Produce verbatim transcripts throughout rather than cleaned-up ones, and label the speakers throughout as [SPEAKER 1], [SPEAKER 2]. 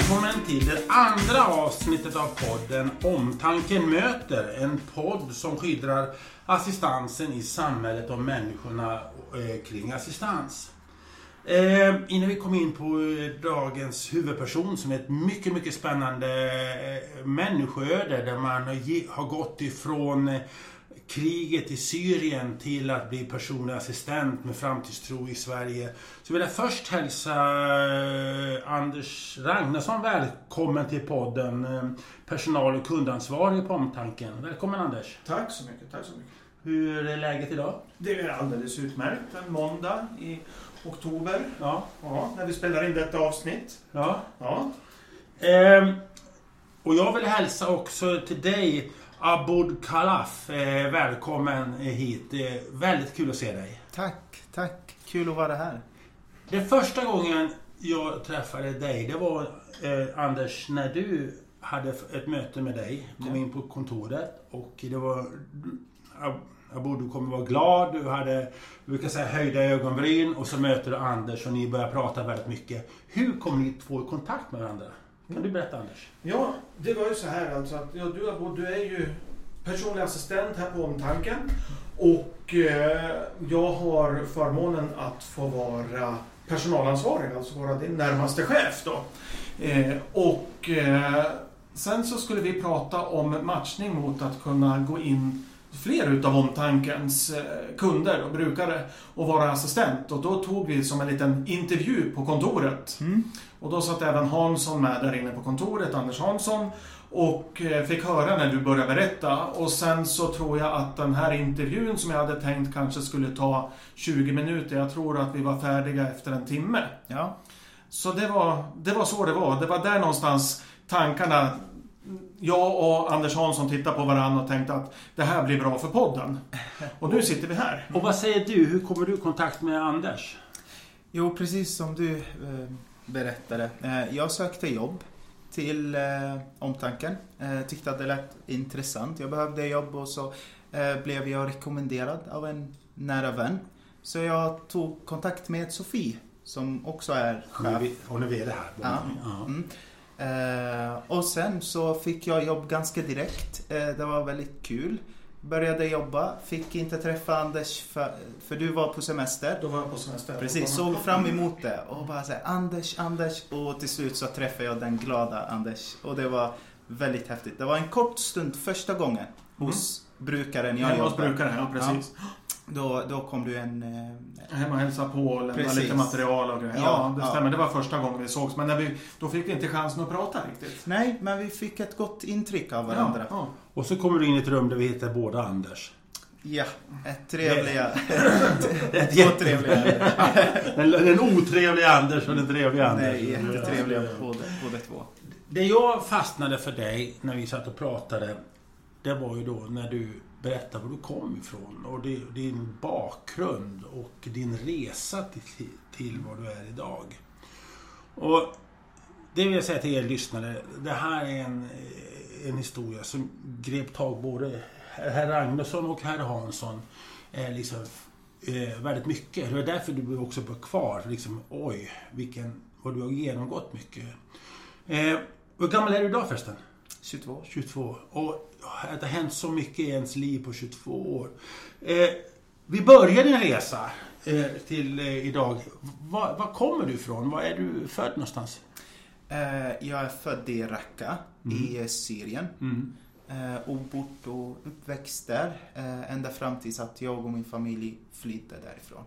[SPEAKER 1] välkommen till det andra avsnittet av podden Omtanken möter. En podd som skildrar assistansen i samhället och människorna eh, kring assistans. Eh, innan vi kommer in på dagens huvudperson som är ett mycket, mycket spännande eh, människoöde där man har, har gått ifrån eh, kriget i Syrien till att bli personlig assistent med framtidstro i Sverige. Så vill jag först hälsa eh, Anders Ragnarsson välkommen till podden, eh, personal- och kundansvarig på Omtanken. Välkommen Anders.
[SPEAKER 2] Tack så mycket, tack så mycket.
[SPEAKER 1] Hur är läget idag?
[SPEAKER 2] Det är alldeles utmärkt. En måndag i oktober.
[SPEAKER 1] Ja.
[SPEAKER 2] Ja, när vi spelar in detta avsnitt.
[SPEAKER 1] Ja.
[SPEAKER 2] Ja.
[SPEAKER 1] Eh, och jag vill hälsa också till dig Aboud Khalaf, eh, välkommen hit. Eh, väldigt kul att se dig.
[SPEAKER 3] Tack, tack. Kul att vara här.
[SPEAKER 1] Den första gången jag träffade dig, det var eh, Anders, när du hade ett möte med dig. Kom
[SPEAKER 3] Ja.
[SPEAKER 1] in på kontoret och det var Aboud, du kommer vara glad. Du hade, du brukar säga, höjda ögonbryn och så möter du Anders och ni börjar prata väldigt mycket. Hur kom ni två i kontakt med varandra? Kan du berätta, Anders?
[SPEAKER 2] Ja, det var ju så här alltså att ja, du, du är ju personlig assistent här på Omtanken och eh, jag har förmånen att få vara personalansvarig, alltså vara din närmaste chef då. Eh, och eh, sen så skulle vi prata om matchning mot att kunna gå in fler utav Omtankens kunder och brukare och vara assistent. Och då tog vi som en liten intervju på kontoret. Mm. Och då satt även Hansson med där inne på kontoret, Anders Hansson. Och fick höra när du började berätta. Och sen så tror jag att den här intervjun som jag hade tänkt kanske skulle ta tjugo minuter. Jag tror att vi var färdiga efter en timme.
[SPEAKER 3] Ja.
[SPEAKER 2] Så det var, det var så det var. Det var där någonstans tankarna. Jag och Anders Hansson tittade på varandra och tänkte att det här blir bra för podden. Och nu sitter vi här.
[SPEAKER 1] Och vad säger du? Hur kommer du i kontakt med Anders?
[SPEAKER 3] Jo, precis som du eh, berättade. Eh, jag sökte jobb till eh, Omtanken. Eh, tyckte att det lät intressant. Jag behövde jobb och så eh, blev jag rekommenderad av en nära vän. Så jag tog kontakt med Sofie som också är chef.
[SPEAKER 1] Hon är vd här.
[SPEAKER 3] Ja. Ja. Mm. Uh, och sen så fick jag jobb ganska direkt. Uh, det var väldigt kul. Började jobba, fick inte träffa Anders för, för du var på semester.
[SPEAKER 2] Då var jag på semester.
[SPEAKER 3] Precis, såg fram emot det och bara säga Anders, Anders och till slut så träffade jag den glada Anders och det var väldigt häftigt. Det var en kort stund första gången hos mm. brukaren jag
[SPEAKER 2] jobbade. Hos brukaren, ja precis. Ja.
[SPEAKER 3] Då, då kom du en...
[SPEAKER 2] Eh, Hemma och hälsa på och lämna lite material och grejer. Ja, ja, det stämmer. Ja. Det var första gången vi sågs. Men när vi, då fick vi inte chansen att prata riktigt.
[SPEAKER 3] Nej, men vi fick ett gott intryck av varandra. Ja, ja.
[SPEAKER 1] Och så kommer du in i ett rum där vi hittar båda Anders.
[SPEAKER 3] Ja, ett trevliga. ett jättetrevliga.
[SPEAKER 1] den, den otrevliga Anders och den trevliga Anders.
[SPEAKER 3] Nej, jättetrevliga båda, båda två.
[SPEAKER 1] Det jag fastnade för dig när vi satt och pratade, det var ju då när du berätta var du kom ifrån och din bakgrund och din resa till, till vad du är idag. Och det vill jag säga till er lyssnare, det här är en, en historia som grep tag både herr Ragnarsson och herr Hansson eh, liksom, eh, väldigt mycket. Det är därför du också blir kvar. Liksom, oj, vilken, vad du har genomgått mycket. Eh, hur gammal är du idag förresten?
[SPEAKER 3] tjugotvå.
[SPEAKER 1] tjugotvå. Och det har hänt så mycket i ens liv på tjugotvå år. Eh, vi börjar din resa eh, till eh, idag. Var, var kommer du ifrån? Var är du född någonstans?
[SPEAKER 3] Eh, jag är född i Raqqa mm. i Syrien. Mm. Eh, och bott och uppväxt där. Eh, ända fram tills att jag och min familj flydde därifrån.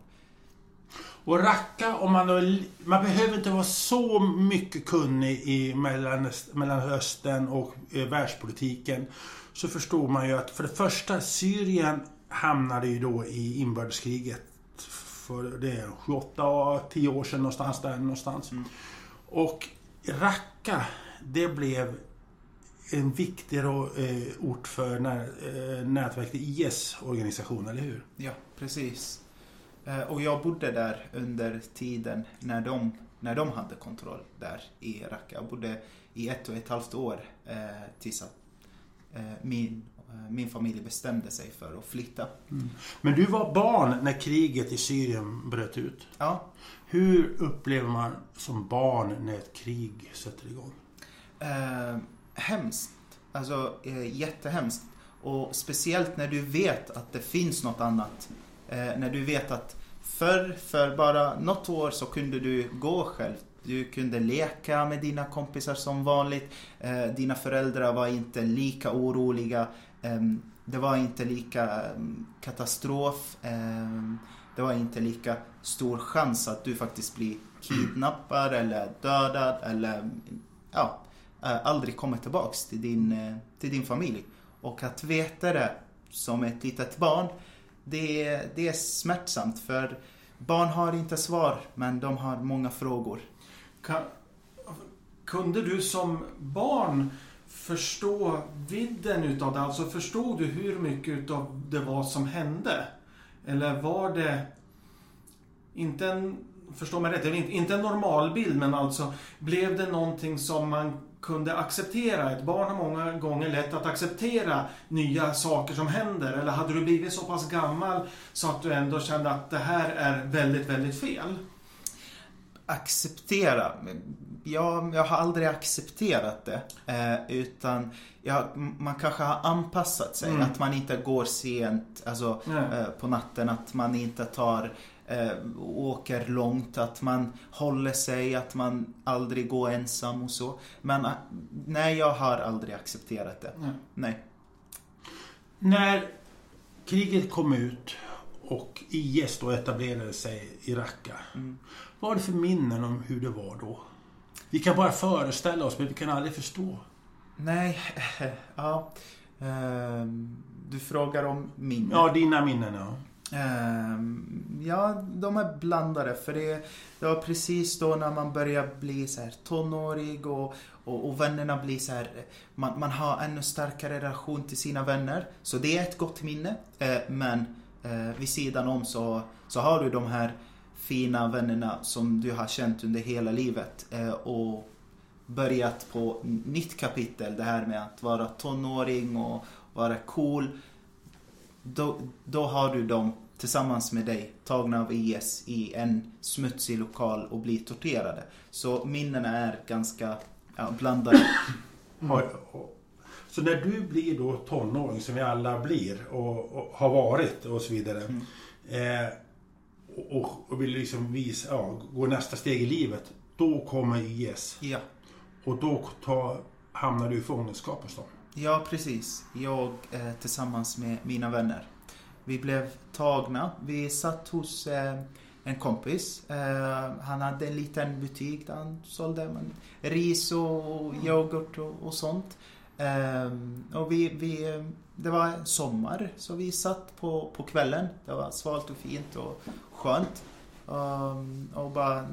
[SPEAKER 1] Och Raqqa, om man, man behöver inte vara så mycket kunnig i mellan, Mellanöstern och eh, världspolitiken, så förstår man ju att för det första, Syrien hamnade ju då i inbördeskriget för det sju åtta tio år sedan någonstans där någonstans. Mm. Och Raqqa, det blev en viktig eh, ort för när, eh, nätverket I S-organisation, eller hur?
[SPEAKER 3] Ja, precis. Och jag bodde där under tiden när de, när de hade kontroll där i Raqqa. Jag bodde i ett och ett halvt år eh, tills att eh, min, eh, min familj bestämde sig för att flytta.
[SPEAKER 1] Mm. Men du var barn när kriget i Syrien bröt ut.
[SPEAKER 3] Ja.
[SPEAKER 1] Hur upplever man som barn när ett krig sätter igång?
[SPEAKER 3] Eh, hemskt. Alltså eh, jättehemskt. Och speciellt när du vet att det finns något annat. Eh, när du vet att för, för bara något år så kunde du gå själv. Du kunde leka med dina kompisar som vanligt. Eh, dina föräldrar var inte lika oroliga. Eh, det var inte lika eh, katastrof. Eh, det var inte lika stor chans att du faktiskt blir kidnappad eller dödad eller ja, eh, aldrig kommer tillbaks till din, eh, till din familj. Och att veta det som ett litet barn, det, det är smärtsamt för barn har inte svar, men de har många frågor.
[SPEAKER 2] Kan, kunde du som barn förstå vidden utav det? Alltså förstod du hur mycket utav det var som hände? Eller var det inte en, förstå mig rätt, inte, inte en normal bild, men alltså blev det någonting som man kunde acceptera? Ett barn har många gånger lätt att acceptera nya saker som händer. Eller hade du blivit så pass gammal så att du ändå kände att det här är väldigt, väldigt fel?
[SPEAKER 3] Acceptera. Jag, jag har aldrig accepterat det. Eh, utan jag, man kanske har anpassat sig. Mm. Att man inte går sent alltså, eh, på natten. Att man inte tar eh, åker långt. Att man håller sig. Att man aldrig går ensam och så. Men eh, nej, jag har aldrig accepterat det. Mm. Nej.
[SPEAKER 1] När kriget kom ut och I S då etablerade sig i Raqqa. Mm. Vad var det för minnen om hur det var då? Vi kan bara föreställa oss, men vi kan aldrig förstå.
[SPEAKER 3] Nej, ja. Du frågar om minnen.
[SPEAKER 1] Ja, dina minnen, ja.
[SPEAKER 3] Ja, de är blandade. För det, det var precis då när man börjar bli så här tonårig och, och, och vännerna blir så här. Man, man har ännu starkare relation till sina vänner. Så det är ett gott minne. Men vid sidan om så, så har du de här fina vännerna som du har känt under hela livet eh, och börjat på nytt kapitel, det här med att vara tonåring och vara cool. Då, då har du dem tillsammans med dig tagna av I S i en smutsig lokal och blir torterade. Så minnena är ganska ja, blandade.
[SPEAKER 1] Mm. Så när du blir då tonåring, som vi alla blir och, och har varit och så vidare, mm. eh, Och, och vill liksom visa, ja, gå nästa steg i livet, då kommer I S.
[SPEAKER 3] Ja.
[SPEAKER 1] Och då ta, hamnar du i fångenskap hos dem.
[SPEAKER 3] Ja, precis. Jag eh, tillsammans med mina vänner. Vi blev tagna. Vi satt hos eh, en kompis. Eh, han hade en liten butik där han sålde man, ris och yoghurt och, och sånt. Eh, och vi, vi, det var sommar, så vi satt på, på kvällen. Det var svalt och fint och skönt. Um, och bara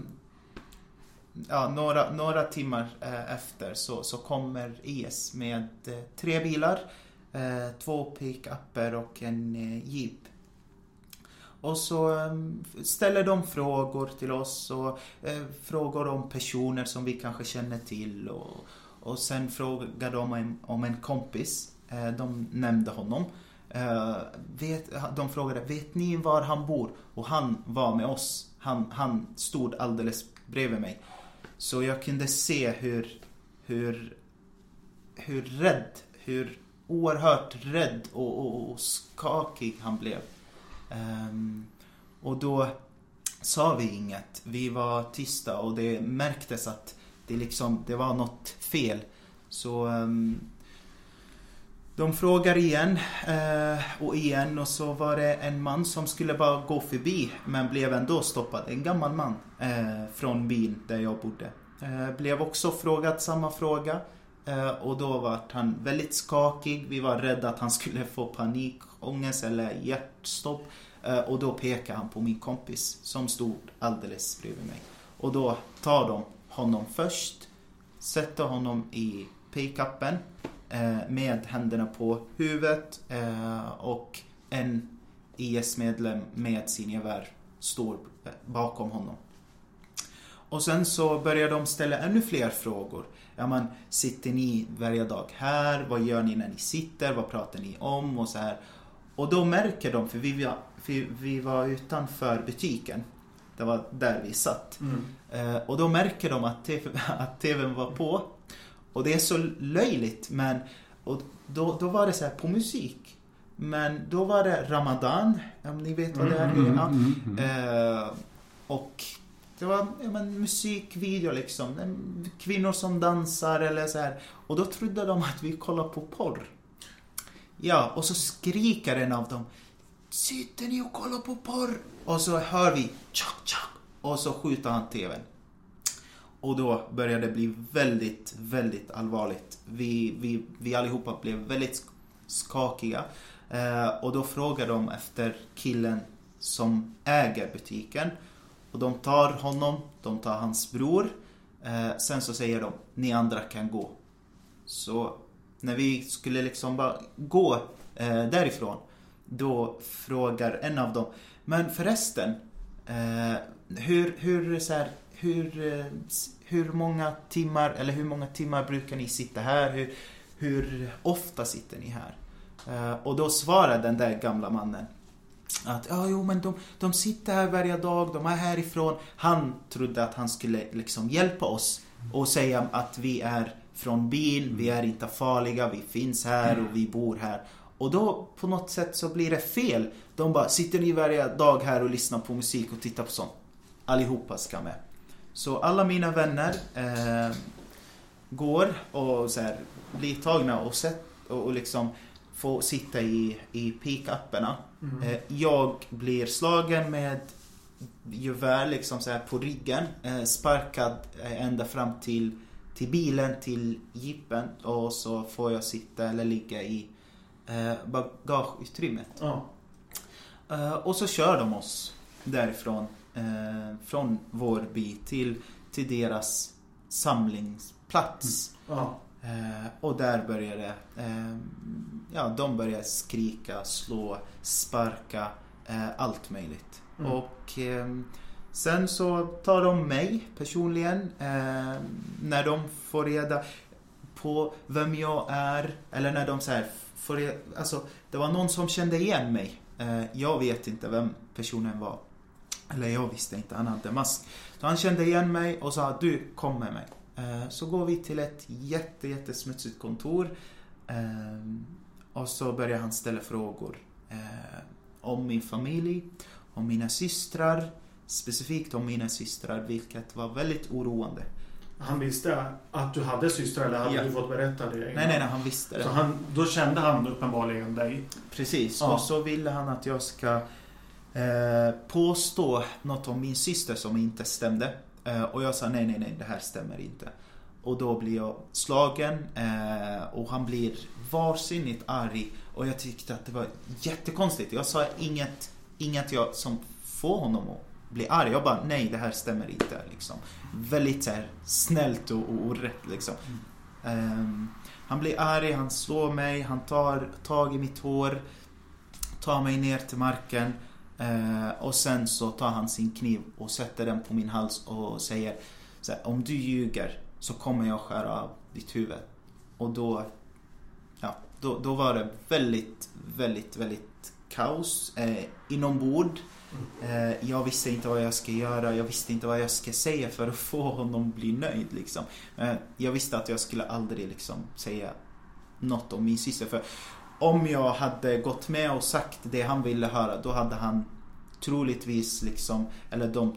[SPEAKER 3] ja, några, några timmar eh, efter så, så kommer I S med eh, tre bilar, eh, två pick-upper och en eh, jeep. Och så eh, ställer de frågor till oss och eh, frågor om personer som vi kanske känner till. Och, och sen frågar de om, om en kompis. Eh, de nämnde honom. Uh, vet, de frågade, vet ni var han bor? Och han var med oss. Han, han stod alldeles bredvid mig. Så jag kunde se hur hur hur rädd, hur oerhört rädd och, och, och skakig han blev. Um, och då sa vi inget. Vi var tysta och det märktes att det liksom det var något fel. Så um, de frågar igen eh, och igen, och så var det en man som skulle bara gå förbi men blev ändå stoppad. En gammal man eh, från byn där jag bodde. Eh, blev också frågad samma fråga eh, och då var han väldigt skakig. Vi var rädda att han skulle få panikångest eller hjärtstopp. Eh, och då pekade han på min kompis som stod alldeles bredvid mig. Och då tar de honom först, sätter honom i pick-upen med händerna på huvudet och en I S-medlem med sin gevär står bakom honom. Och sen så börjar de ställa ännu fler frågor. Ja, man, sitter ni varje dag här? Vad gör ni när ni sitter? Vad pratar ni om? Och så här. Och då märker de, för vi var, för vi var utanför butiken. Det var där vi satt. Mm. Och då märker de att, TV, att tvn var på. Och det är så löjligt, men och då, då var det så här på musik. Men då var det Ramadan, om ni vet vad det är.
[SPEAKER 1] Mm,
[SPEAKER 3] ja.
[SPEAKER 1] mm, mm.
[SPEAKER 3] Eh, och det var ja, men, musikvideo liksom. Kvinnor som dansar eller så här. Och då trodde de att vi kollar på porr. Ja, och så skriker en av dem: sitter ni och kollar på porr? Och så hör vi tjack, tjack, och så skjuter han tvn. Och då började det bli väldigt, väldigt allvarligt. Vi, vi, vi allihopa blev väldigt skakiga. Eh, och då frågar de efter killen som äger butiken. Och de tar honom, de tar hans bror. Eh, sen så säger de: ni andra kan gå. Så när vi skulle liksom bara gå eh, därifrån, då frågar en av dem: men förresten, eh, hur, hur, så här, hur, eh, hur många timmar eller hur många timmar brukar ni sitta här? Hur, hur ofta sitter ni här? Eh, och då svarar den där gamla mannen att ja, jo, men de, de sitter här varje dag, de är härifrån. Han trodde att han skulle liksom hjälpa oss och säga att vi är från byn, vi är inte farliga, vi finns här och vi bor här. Och då på något sätt så blir det fel. De bara: sitter ni varje dag här och lyssnar på musik och tittar på sånt? Allihopa ska med. Så alla mina vänner eh, går och så här, blir tagna och, set, och, och liksom får sitta i, i pick-upperna. Mm. Eh, jag blir slagen med gevär liksom så här på ryggen, eh, sparkad eh, ända fram till till bilen, till jeepen, och så får jag sitta eller ligga i eh, bagageutrymmet. Ja. Eh, och så kör de oss därifrån eh, från vår by till, till deras samlingsplats. Mm. Ja. Eh, och där började eh, ja, de började skrika, slå, sparka, eh, allt möjligt. Mm. Och eh, sen så tar de mig personligen eh, när de får reda på vem jag är, eller när de så här får reda, alltså det var någon som kände igen mig. Eh, jag vet inte vem personen var, eller jag visste inte, han hade mask. Så han kände igen mig och sa: du, kom med mig. Eh, så går vi till ett jätte, jättesmutsigt kontor eh, och så börjar han ställa frågor eh, om min familj, om mina systrar. Specifikt om mina systrar, vilket var väldigt oroande.
[SPEAKER 2] Han visste att du hade systrar, eller hade ja. du fått berätta det?
[SPEAKER 3] Nej, nej, nej, han visste det.
[SPEAKER 2] Så han, då kände han uppenbarligen dig?
[SPEAKER 3] Precis, ja. Och så ville han att jag ska eh, påstå något om min syster som inte stämde. Eh, och jag sa nej, nej, nej, det här stämmer inte. Och då blir jag slagen eh, och han blir varsinnigt arg. Och jag tyckte att det var jättekonstigt. Jag sa inget, inget jag som får honom att bli arg. Jag bara: nej, det här stämmer inte liksom. Väldigt så här snällt och, och rätt liksom. Mm. um, Han blir arg, han slår mig, han tar tag i mitt hår, tar mig ner till marken, uh, och sen så tar han sin kniv och sätter den på min hals och säger så här: om du ljuger så kommer jag skära av ditt huvud. Och då ja, då, då var det väldigt, väldigt, väldigt kaos eh, inombord. Eh, jag visste inte vad jag ska göra. Jag visste inte vad jag ska säga för att få honom bli nöjd liksom. eh, Jag visste att jag skulle aldrig liksom säga något om min syster, för om jag hade gått med och sagt det han ville höra, då hade han troligtvis liksom, eller de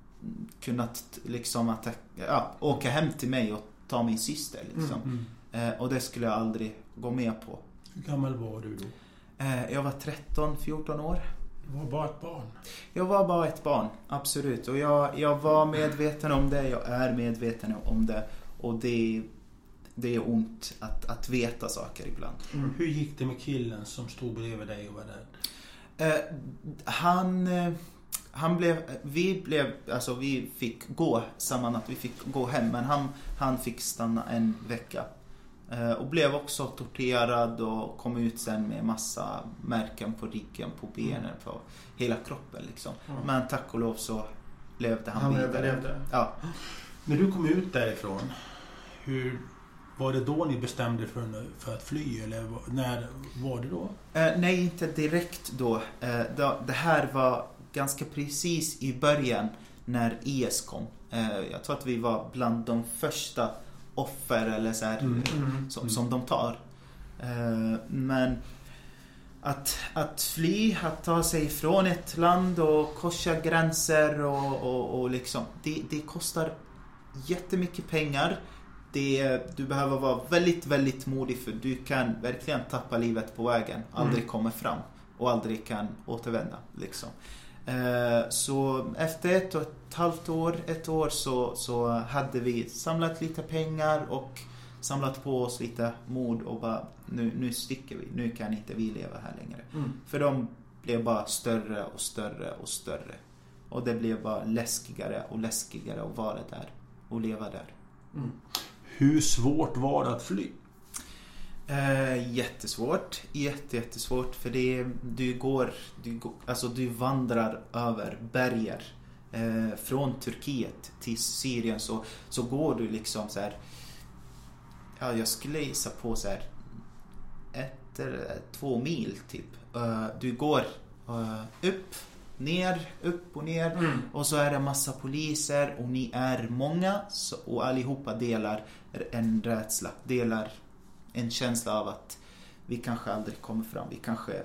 [SPEAKER 3] kunnat liksom att, ja, åka hem till mig och ta min syster liksom. Mm, mm. Eh, och det skulle jag aldrig gå med på.
[SPEAKER 1] Hur gammal var du då?
[SPEAKER 3] Eh, jag var tretton fjorton år.
[SPEAKER 1] Du var bara ett barn?
[SPEAKER 3] Jag var bara ett barn, absolut. Och jag, jag var medveten om det, jag är medveten om det. Och det, det är ont att, att veta saker ibland.
[SPEAKER 1] Mm. Hur gick det med killen som stod bredvid dig och var där?
[SPEAKER 3] Eh, han... Eh, Han blev, vi blev, alltså vi fick gå samma natt, vi fick gå hem, men han, han fick stanna en vecka. Eh, och blev också torterad och kom ut sen med massa märken på ryggen, på benen, mm. på hela kroppen liksom. Mm. Men tack och lov så levde han, han vidare.
[SPEAKER 2] Överlevde.
[SPEAKER 3] Ja.
[SPEAKER 1] När du kom ut därifrån, hur var det då ni bestämde för, för att fly, eller när var det då?
[SPEAKER 3] Eh, nej, inte direkt då. Eh, då. Det här var ganska precis i början när I S kom. Eh, jag tror att vi var bland de första offer eller så här,
[SPEAKER 1] Mm.
[SPEAKER 2] Mm.
[SPEAKER 3] som, som de tar. Eh, men att, att fly, att ta sig från ett land och korsa gränser och, och, och liksom, det, det kostar jättemycket pengar. Det, du behöver vara väldigt, väldigt modig, för du kan verkligen tappa livet på vägen, aldrig
[SPEAKER 2] Mm.
[SPEAKER 3] kommer fram och aldrig kan återvända liksom. Eh, så efter ett och ett halvt år, ett år så, så hade vi samlat lite pengar och samlat på oss lite mod och bara, nu, nu sticker vi, nu kan inte vi leva här längre.
[SPEAKER 2] Mm.
[SPEAKER 3] För de blev bara större och större och större. Och det blev bara läskigare och läskigare att vara där och leva där.
[SPEAKER 2] Mm.
[SPEAKER 1] Hur svårt var det att fly?
[SPEAKER 3] Eh, jättesvårt, jätte, jättesvårt, för det, du går, du går, alltså du vandrar över berger eh, från Turkiet till Syrien, så, så går du liksom så här, ja, jag skulle gissa på så här ett eller två mil typ. Eh, du går eh, upp, ner, upp och ner,
[SPEAKER 2] Mm.
[SPEAKER 3] och så är det massa poliser och ni är många, så, och allihopa delar en rädsla, delar en känsla av att vi kanske aldrig kommer fram, vi kanske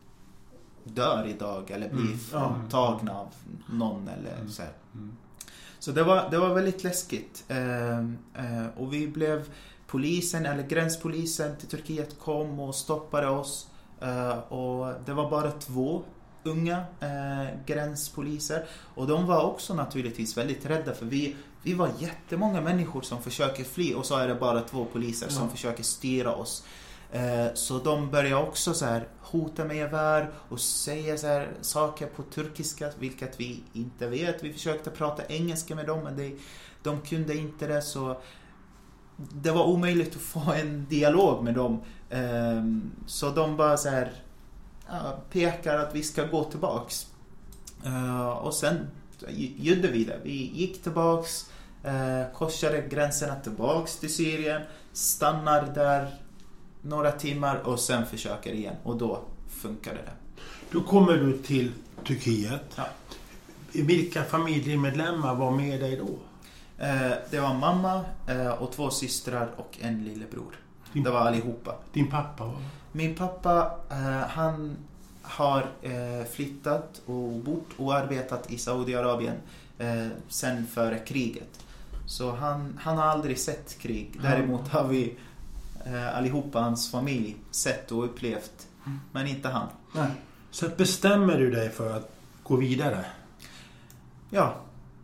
[SPEAKER 3] dör idag eller blir
[SPEAKER 2] Mm, ja.
[SPEAKER 3] tagna av någon eller
[SPEAKER 1] Mm.
[SPEAKER 3] så här.
[SPEAKER 1] Mm.
[SPEAKER 3] Så det var, det var väldigt läskigt. Eh, eh, och vi blev, polisen eller gränspolisen till Turkiet kom och stoppade oss. Eh, och det var bara två unga eh, gränspoliser. Och de var också naturligtvis väldigt rädda, för vi, vi var jättemånga människor som försöker fly, och så är det bara två poliser som
[SPEAKER 2] Ja.
[SPEAKER 3] försöker styra oss. Eh, så de börjar också så här hota med gevär och säga så här saker på turkiska, vilket vi inte vet. Vi försökte prata engelska med dem, men det, de kunde inte det, så det var omöjligt att få en dialog med dem. Eh, så de bara så här, ja, pekar att vi ska gå tillbaks. Uh, och sen gjorde vi det. Vi gick tillbaks, uh, korsade gränserna tillbaks till Syrien, stannar där några timmar och sen försöker igen. Och då funkade det.
[SPEAKER 1] Då kommer du till Turkiet.
[SPEAKER 3] Ja.
[SPEAKER 1] Vilka familjemedlemmar var med dig då?
[SPEAKER 3] Uh, det var mamma uh, och två systrar och en lillebror.
[SPEAKER 1] Din,
[SPEAKER 3] Det var allihopa.
[SPEAKER 1] din pappa var?
[SPEAKER 3] Min pappa, uh, han har uh, flyttat och bott och arbetat i Saudiarabien uh, sen före kriget. Så han, han har aldrig sett krig. Däremot har vi uh, allihopa, hans familj, sett och upplevt. Men inte han.
[SPEAKER 2] Nej.
[SPEAKER 1] Så bestämmer du dig för att gå vidare?
[SPEAKER 3] Ja,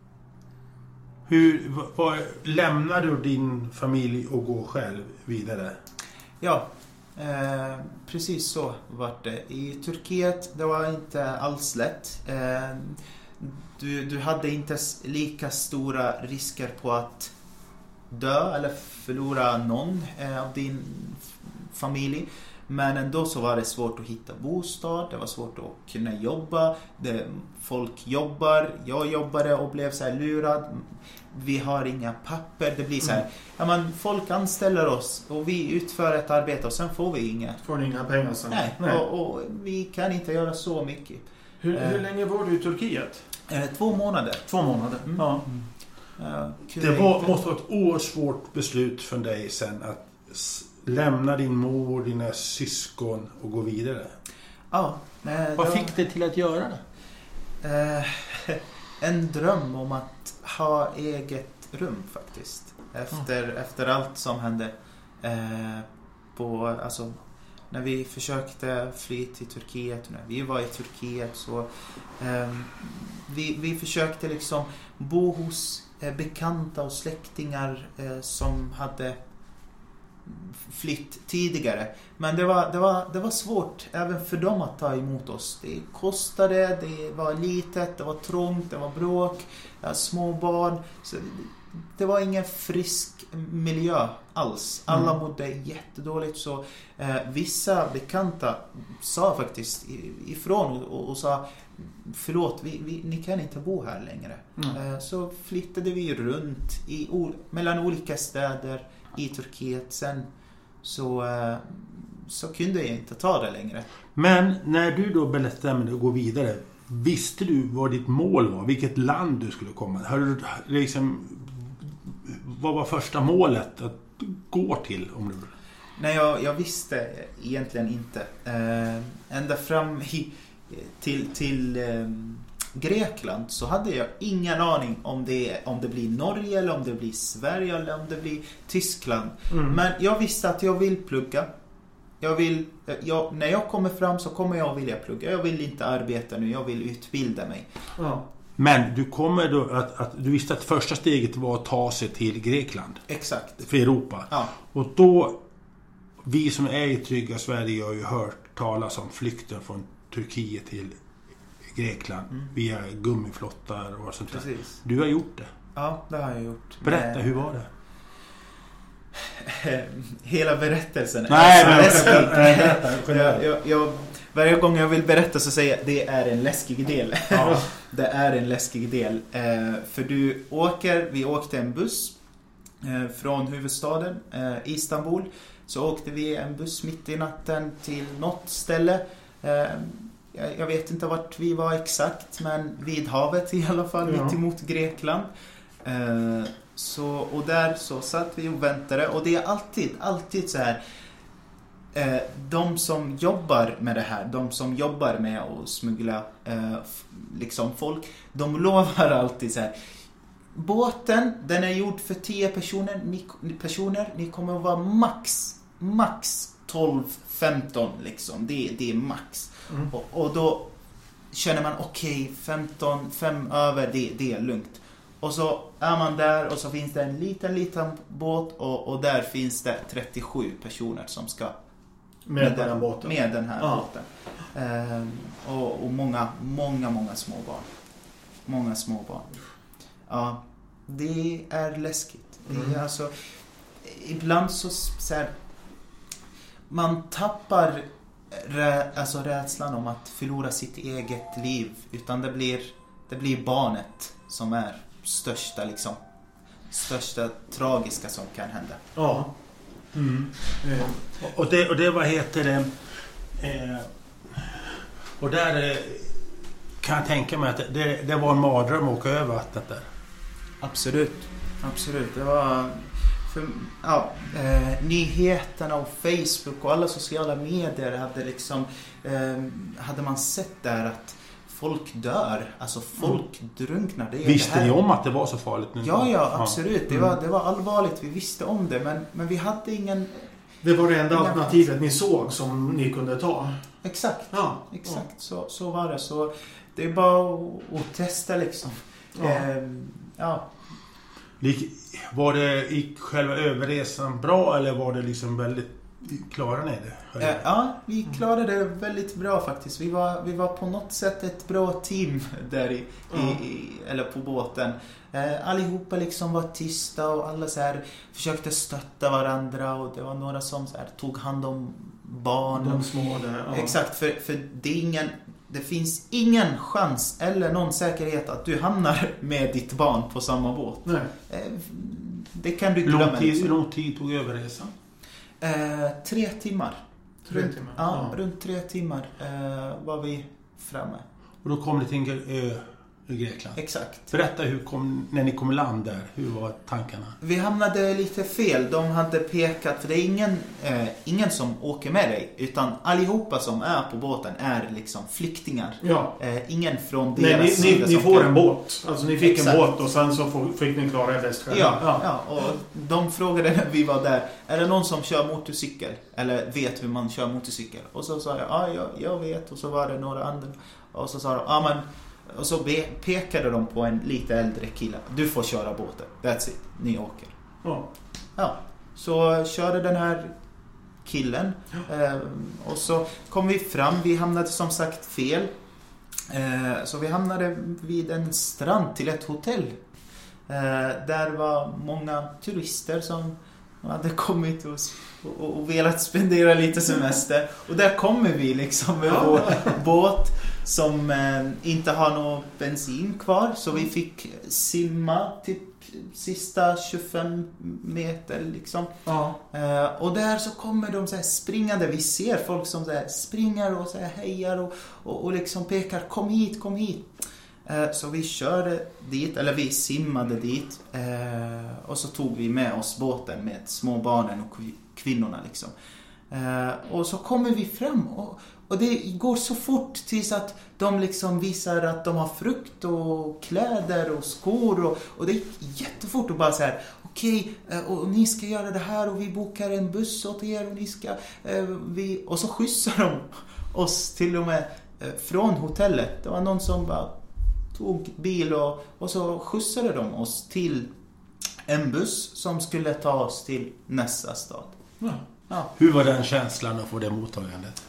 [SPEAKER 1] Hur, var, lämnar du din familj och går själv vidare?
[SPEAKER 3] ja. Eh, precis så var det. I Turkiet, det var inte alls lätt. Eh, du, du hade inte lika stora risker på att dö eller förlora någon eh, av din f- familj. Men ändå så var det svårt att hitta bostad, det var svårt att kunna jobba. Det, folk jobbar, jag jobbade och blev så här lurad. Vi har inga papper, det blir så här, ja, men folk anställer oss och vi utför ett arbete och sen får vi inga.
[SPEAKER 2] Får ni inga pengar sen?
[SPEAKER 3] Nej, Och, och vi kan inte göra så mycket.
[SPEAKER 2] Hur,
[SPEAKER 3] Eh.
[SPEAKER 2] hur länge var du i Turkiet?
[SPEAKER 3] Eh, två månader.
[SPEAKER 2] Två månader.
[SPEAKER 3] Mm.
[SPEAKER 2] Ja.
[SPEAKER 3] Eh, kunde
[SPEAKER 1] Det var,
[SPEAKER 3] inte-
[SPEAKER 1] måste vara ett oerhört svårt beslut för dig sen att s- lämna din mor, dina syskon och gå vidare.
[SPEAKER 3] Ja, eh,
[SPEAKER 1] Vad
[SPEAKER 3] det
[SPEAKER 1] fick dig till att göra det?
[SPEAKER 3] var, eh, en dröm om att ha eget rum faktiskt. Efter, efter allt som hände. Eh, på, alltså, när vi försökte fly till Turkiet, när vi var i Turkiet, så eh, vi, vi försökte liksom bo hos eh, bekanta och släktingar eh, som hade flytt tidigare. Men det var, det, var, det var svårt även för dem att ta emot oss. Det kostade, det var litet, det var trångt, det var bråk, det var små barn. Så det var ingen frisk miljö alls. Alla
[SPEAKER 2] Mm.
[SPEAKER 3] mådde jättedåligt. Så eh, vissa bekanta sa faktiskt ifrån och, och sa förlåt, vi, vi, ni kan inte bo här längre.
[SPEAKER 2] Mm.
[SPEAKER 3] Eh, så flyttade vi runt i, o, mellan olika städer i Turkiet. Sen så, eh, så kunde jag inte ta det längre.
[SPEAKER 1] Men när du då bestämde dig att gå vidare, visste du vad ditt mål var? Vilket land du skulle komma? Hade du liksom, vad var första målet? Att går till? Om du...
[SPEAKER 3] Nej, jag, jag visste egentligen inte. Eh, ända fram i, till, till eh, Grekland så hade jag ingen aning om det, om det blir Norge eller om det blir Sverige eller om det blir Tyskland. Mm. Men jag visste att jag vill plugga. Jag vill, jag, när jag kommer fram så kommer jag vilja plugga. Jag vill inte arbeta nu, jag vill utbilda mig.
[SPEAKER 1] Ja. Men du kommer då att, att du visste att första steget var att ta sig till Grekland.
[SPEAKER 3] Exakt.
[SPEAKER 1] För Europa.
[SPEAKER 3] Ja.
[SPEAKER 1] Och då, vi som är i trygga Sverige har ju hört talas om flykten från Turkiet till Grekland mm. via gummiflottar och sånt där.
[SPEAKER 3] Precis.
[SPEAKER 1] Du har gjort det.
[SPEAKER 3] Ja, det har jag gjort.
[SPEAKER 1] Berätta,
[SPEAKER 3] Men...
[SPEAKER 1] hur var det?
[SPEAKER 3] Hela berättelsen
[SPEAKER 1] Nej,
[SPEAKER 3] är
[SPEAKER 1] men,
[SPEAKER 3] så läskig. jag, jag, jag, varje gång jag vill berätta så säger jag det är en läskig del. Ja. Det är en läskig del. Eh, för du åker, vi åkte en buss eh, från huvudstaden eh, Istanbul. Så åkte vi en buss mitt i natten till något ställe. Eh, jag, jag vet inte vart vi var exakt, men vid havet i alla fall, ja. Mitt emot Grekland. Eh, Så, och där så satt vi och väntade. Och det är alltid, alltid så här. Eh, de som jobbar med det här, de som jobbar med att smuggla eh, f- liksom folk, de lovar alltid så här. Båten, den är gjord för tio personer. Ni, personer, ni kommer att vara max, max tolv femton liksom. Det, det är max. Mm. Och, och då känner man okej, okay, femton, fem över, det, det är lugnt. Och så är man där och så finns det en liten, liten båt och, och där finns det trettiosju personer som ska
[SPEAKER 2] med, med, den, båten.
[SPEAKER 3] med den här
[SPEAKER 2] ah.
[SPEAKER 3] båten. Ehm, och, och många, många, många små barn. Många små barn. Ja, det är läskigt. Mm. Det är alltså, ibland så, så här, man tappar rä, alltså rädslan om att förlora sitt eget liv, utan det blir, det blir barnet som är största liksom största tragiska som kan hända.
[SPEAKER 1] Ja. Mm. Eh. Och det och det vad heter det eh, och där eh, kan jag tänka mig att det, det var en mardröm att åka över vattnet där.
[SPEAKER 3] Absolut. Absolut. Det var för, ja, eh, nyheterna och Facebook och alla sociala medier hade liksom eh, hade man sett där att folk dör, alltså folk mm. drunknar. Det
[SPEAKER 1] visste
[SPEAKER 3] det
[SPEAKER 1] ni om att det var så farligt nu?
[SPEAKER 3] Ja, ja, absolut. Ja. Det, var, det var allvarligt, vi visste om det, men, men vi hade ingen...
[SPEAKER 2] Det var det enda alternativet ni såg som ni kunde ta?
[SPEAKER 3] Exakt,
[SPEAKER 2] ja.
[SPEAKER 3] exakt. Ja. Så, så var det. Så det är bara att, att testa liksom. Ja. Ehm, ja.
[SPEAKER 1] Var det i själva överresan bra eller var det liksom väldigt... Klarade ni det?
[SPEAKER 3] Eh, ja, vi klarade det väldigt bra faktiskt. Vi var, vi var på något sätt ett bra team där i, mm. i, i, eller på båten. Eh, allihopa liksom var tysta och alla så här försökte stötta varandra och det var några som så här tog hand om barn.
[SPEAKER 2] De små där, ja.
[SPEAKER 3] Exakt, för, för det är ingen... Det finns ingen chans eller någon säkerhet att du hamnar med ditt barn på samma båt.
[SPEAKER 2] Nej.
[SPEAKER 3] Eh, det kan du glömma.
[SPEAKER 1] Lång tid, liksom. Hur lång tid tog överresan?
[SPEAKER 3] Eh, tre timmar.
[SPEAKER 2] Tre
[SPEAKER 3] runt,
[SPEAKER 2] timmar?
[SPEAKER 3] Ja, ja, runt tre timmar eh, var vi framme.
[SPEAKER 1] Och då kom ni till en ö i Grekland?
[SPEAKER 3] Exakt.
[SPEAKER 1] Berätta hur kom, när ni kom i land där, hur var tankarna?
[SPEAKER 3] Vi hamnade lite fel. De hade pekat, för det är ingen, eh, ingen som åker med dig, utan allihopa som är på båten är liksom flyktingar.
[SPEAKER 2] Ja.
[SPEAKER 3] Eh, ingen från
[SPEAKER 2] deras
[SPEAKER 3] Nej,
[SPEAKER 2] sida. Ni, ni, ni får kan... en båt. Alltså ni fick
[SPEAKER 3] Exakt.
[SPEAKER 2] en båt och sen så fick ni klara er bäst själva.
[SPEAKER 3] Ja, ja. ja, och de frågade när vi var där, är det någon som kör motorcykel? Eller vet hur man kör motorcykel? Och så sa jag, ja, jag, jag vet. Och så var det några andra. Och så sa de, ja men... Och så be- pekade de på en lite äldre kille. Du får köra båten. That's it. Ni åker.
[SPEAKER 2] Ja.
[SPEAKER 3] Ja. Så körde den här killen. Ja. Eh, och så kom vi fram. Vi hamnade som sagt fel. Eh, så vi hamnade vid en strand till ett hotell. Eh, där var många turister som hade kommit och, och, och velat spendera lite semester. Och där kommer vi liksom med vår båt som eh, inte har någon bensin kvar. Så vi fick simma typ sista tjugofem meter liksom.
[SPEAKER 2] Ja.
[SPEAKER 3] Eh, och där så kommer de så här springande. Vi ser folk som så här springer och så här hejar och, och, och liksom pekar, kom hit, kom hit. Eh, så vi körde dit, eller vi simmade dit. Eh, och så tog vi med oss båten med små barnen och kvinnorna liksom. Eh, och så kommer vi fram och, och det går så fort tills att de liksom visar att de har frukt och kläder och skor och, och det är jättefort och bara så här: okej, okay, och ni ska göra det här och vi bokar en buss åt er och ni ska eh, vi, och så skjutsar de oss till och med eh, från hotellet. Det var någon som bara tog bil och, och så skjutsade de oss till en buss som skulle ta oss till nästa stad.
[SPEAKER 1] Ja.
[SPEAKER 3] Ja.
[SPEAKER 1] Hur var den känslan att få det mottagandet?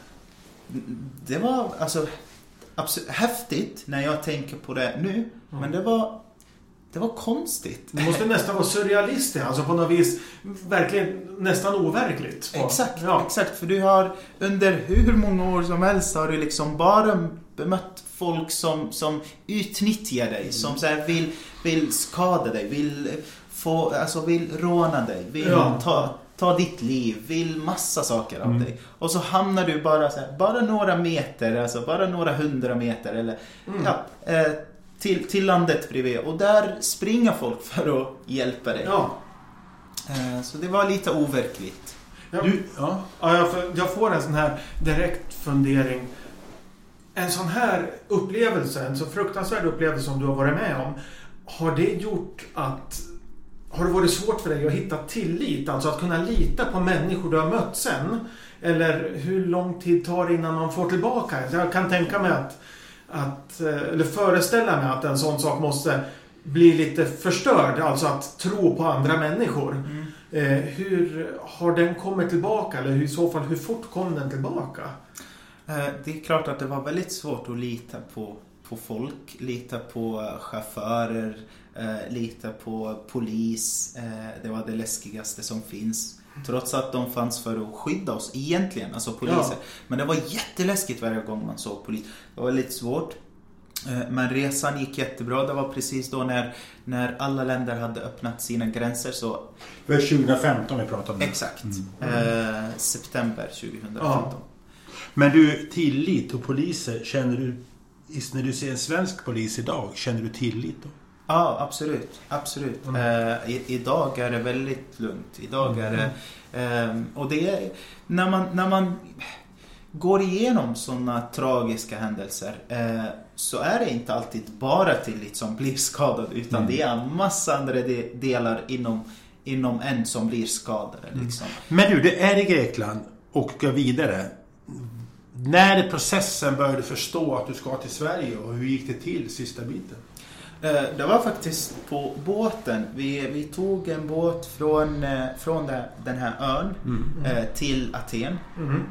[SPEAKER 3] Det var alltså absolut häftigt när jag tänker på det nu, mm. men det var det var konstigt.
[SPEAKER 2] Det måste nästan vara surrealistiskt, alltså på något vis verkligen nästan overkligt.
[SPEAKER 3] Exakt,
[SPEAKER 2] ja.
[SPEAKER 3] exakt, för du har under hur många år som helst har du liksom bara bemött folk som som utnyttjar dig, mm. som så här vill vill skada dig, vill få alltså vill råna dig, vill ja. ta ta ditt liv, vill massa saker av mm. dig. Och så hamnar du bara så här, bara några meter, alltså bara några hundra meter eller mm. ja, eh, till, till landet bredvid. Och där springer folk för att hjälpa dig.
[SPEAKER 2] Ja.
[SPEAKER 3] Eh, så det var lite overkligt.
[SPEAKER 2] Ja, du, ja. Ja, jag, får, jag får en sån här direkt fundering. En sån här upplevelse, en så fruktansvärd upplevelse som du har varit med om, har det gjort att har det varit svårt för dig att hitta tillit? Alltså att kunna lita på människor du har mött sen? Eller hur lång tid tar det innan man får tillbaka? Jag kan tänka mig att, att eller föreställa mig att en sån sak måste bli lite förstörd. Alltså att tro på andra människor. Mm. Eh, hur har den kommit tillbaka? Eller i så fall, hur fort kom den tillbaka?
[SPEAKER 3] Eh, det är klart att det var väldigt svårt att lita på, på folk. Lita på chaufförer. Eh, lita på polis. Eh, det var det läskigaste som finns. Trots att de fanns för att skydda oss egentligen, alltså poliser. Ja. Men det var jätteläskigt varje gång man såg polis. Det var lite svårt. Eh, men resan gick jättebra. Det var precis då när, när alla länder hade öppnat sina gränser. Så...
[SPEAKER 1] Det var tjugo femton vi pratade om det.
[SPEAKER 3] Exakt. Mm. Mm. Eh, september tjugo femton. Ja.
[SPEAKER 1] Men du, tillit och poliser, känner du, när du ser en svensk polis idag, känner du tillit då?
[SPEAKER 3] Ja, absolut. absolut. Mm. Eh, i, idag är det väldigt lugnt. Idag är det... Eh, och det är... När man, när man går igenom sådana tragiska händelser eh, så är det inte alltid bara tillit som blir skadad. Utan mm. det är en massa andra de, delar inom, inom en som blir skadade. Liksom.
[SPEAKER 1] Mm. Men du, det är i Grekland och går vidare. När i processen började du förstå att du ska till Sverige och hur gick det till sista biten?
[SPEAKER 3] Det var faktiskt på båten. Vi, vi tog en båt från, från den här ön mm. Mm. till Aten. Mm.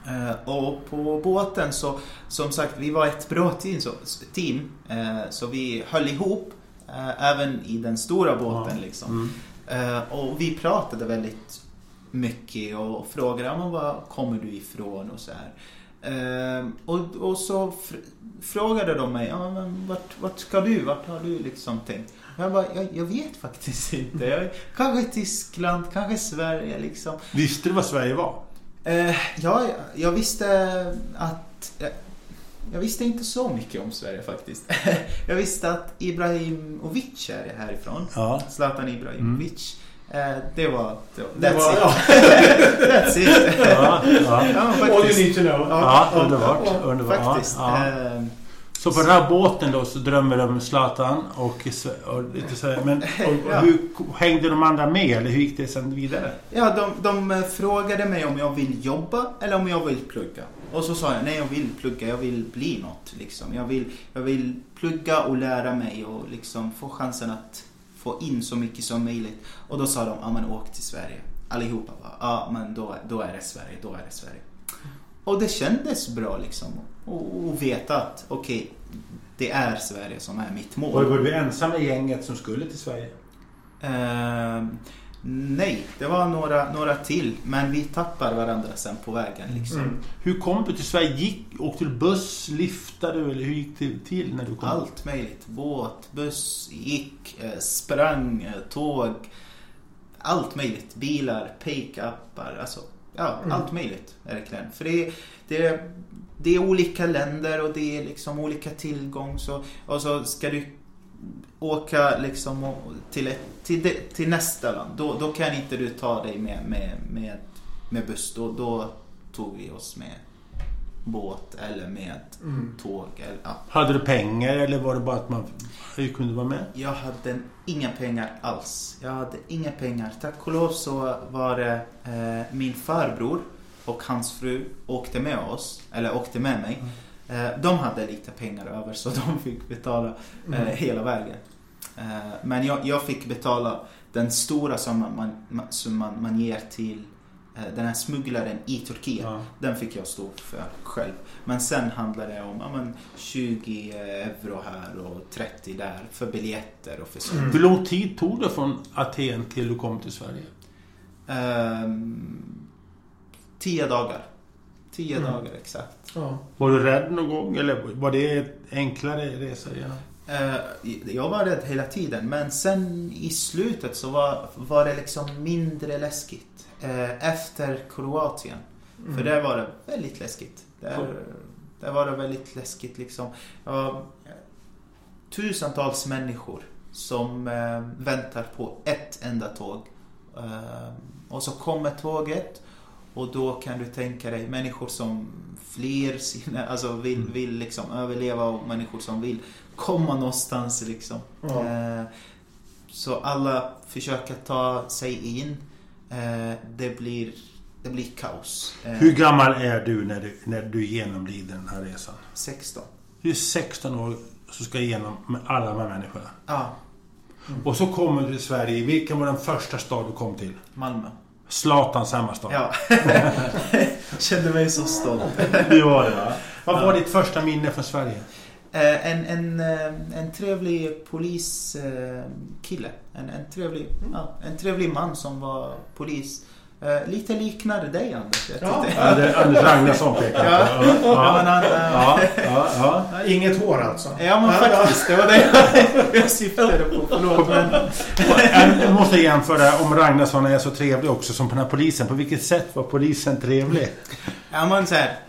[SPEAKER 3] Och på båten så, som sagt, vi var ett bra team. Så, team, så vi höll ihop även i den stora båten. Liksom. Mm. Och vi pratade väldigt mycket och frågade om var kommer du ifrån och så här. Uh, och, och så fr- frågade de mig, ja, men vart, vart ska du, vart har du liksom tänkt? Jag bara, jag, jag vet faktiskt inte. Jag, kanske Tyskland, kanske Sverige liksom.
[SPEAKER 1] Visste du vad Sverige var?
[SPEAKER 3] Uh, ja, jag, jag visste att jag, jag visste inte så mycket om Sverige faktiskt. Jag visste att Ibrahimovic är härifrån. Ja. Zlatan Ibrahimovic. Mm. Uh, det var det var,
[SPEAKER 2] det var
[SPEAKER 3] it.
[SPEAKER 2] Ja.
[SPEAKER 3] That's it.
[SPEAKER 1] Ja, ja.
[SPEAKER 3] Ja,
[SPEAKER 2] all you need to know.
[SPEAKER 1] Ja, ja, underbart, ja, underbart.
[SPEAKER 3] Faktiskt.
[SPEAKER 1] Ja, ja. Så på den här båten då så drömmer de om Zlatan och, och lite så här, men och, och hur hängde de andra med eller hur gick det sen vidare?
[SPEAKER 3] Ja, de, de frågade mig om jag vill jobba eller om jag vill plugga. Och så sa jag, nej, jag vill plugga, jag vill bli något liksom. Jag vill jag vill plugga och lära mig och liksom få chansen att få in så mycket som möjligt. Och då sa de, ja, men åk till Sverige. Allihopa bara, ja, men då, då är det Sverige, då är det Sverige. Och det kändes bra liksom. Och, och veta att, okej, okay, det är Sverige som är mitt mål.
[SPEAKER 1] Och var du ensam i gänget som skulle till Sverige?
[SPEAKER 3] Uh, nej, det var några, några till. Men vi tappar varandra sen på vägen liksom. Mm.
[SPEAKER 1] Hur kom du till Sverige? Gick, åkte du buss, liftade du eller hur gick det till när du kom?
[SPEAKER 3] Allt möjligt. Båt, buss, gick, sprang, tåg. Allt möjligt. Bilar, pick-upar, alltså ja, mm. allt möjligt verkligen. För det, det, det är olika länder och det är liksom olika tillgång. Så, och så ska du åka liksom till, ett, till, det, till nästa land. Då, då kan inte du ta dig med, med, med, med buss. Då, då tog vi oss med båt eller med mm. tåg. Eller, ja.
[SPEAKER 1] Hade du pengar eller var det bara att man kunde vara med?
[SPEAKER 3] Jag hade inga pengar alls. Jag hade inga pengar. Tack och lov så var det eh, min farbror och hans fru åkte med oss. Eller åkte med mig. Mm. Eh, de hade lite pengar över så de fick betala eh, mm. hela vägen. Eh, men jag, jag fick betala den stora summan man, man, summan man ger till den här smugglaren i Turkiet. Ja. Den fick jag stå för själv. Men sen handlade det om ja, men tjugo euro här och trettio där för biljetter och för sånt.
[SPEAKER 1] Mm. Hur lång tid tog det från Aten till du kom till Sverige?
[SPEAKER 3] Um, tio dagar. Tio mm. dagar exakt.
[SPEAKER 1] Ja. Var du rädd någon gång eller var det ett enklare resa igen?
[SPEAKER 3] Uh, jag var rädd hela tiden, men sen i slutet så var, var det liksom mindre läskigt. Efter Kroatien. Mm. För där var det väldigt läskigt. Där, mm. där var det väldigt läskigt liksom. Ja, tusentals människor som eh, väntar på ett enda tåg. Eh, och så kommer tåget och då kan du tänka dig människor som flyr sina, alltså vill, mm. vill liksom överleva och människor som vill komma någonstans liksom. Mm. Eh, så alla försöker ta sig in. Eh, det blir det blir kaos. Eh,
[SPEAKER 1] Hur gammal är du när du när du genomlider den här resan?
[SPEAKER 3] sexton.
[SPEAKER 1] Du är sexton år så ska igenom med alla de här människorna.
[SPEAKER 3] Ja.
[SPEAKER 1] Mm. Och så kommer du till Sverige. Vilken var den första stad du kom till?
[SPEAKER 3] Malmö.
[SPEAKER 1] Zlatan samma stad.
[SPEAKER 3] Ja. Kände mig så stolt.
[SPEAKER 1] Det var det, va? Vad var ja. ditt första minne från Sverige?
[SPEAKER 3] Eh, en, en, en trevlig poliskille. En, en, trevlig, mm. ja, en trevlig man som var polis. Eh, lite liknade dig, Anders.
[SPEAKER 1] Ja, ja, det är Anders Ragnarsson pekar. Ja. Ja. Ja. Ja, han,
[SPEAKER 2] ja. Ja. Ja. Ja. Inget hår alltså.
[SPEAKER 3] Ja, men faktiskt. Det var det jag syftade på. Förlåt, men...
[SPEAKER 1] Jag måste jämföra om Ragnarsson är så trevlig också som på den här polisen. På vilket sätt var polisen trevlig?
[SPEAKER 3] Ja, man så här...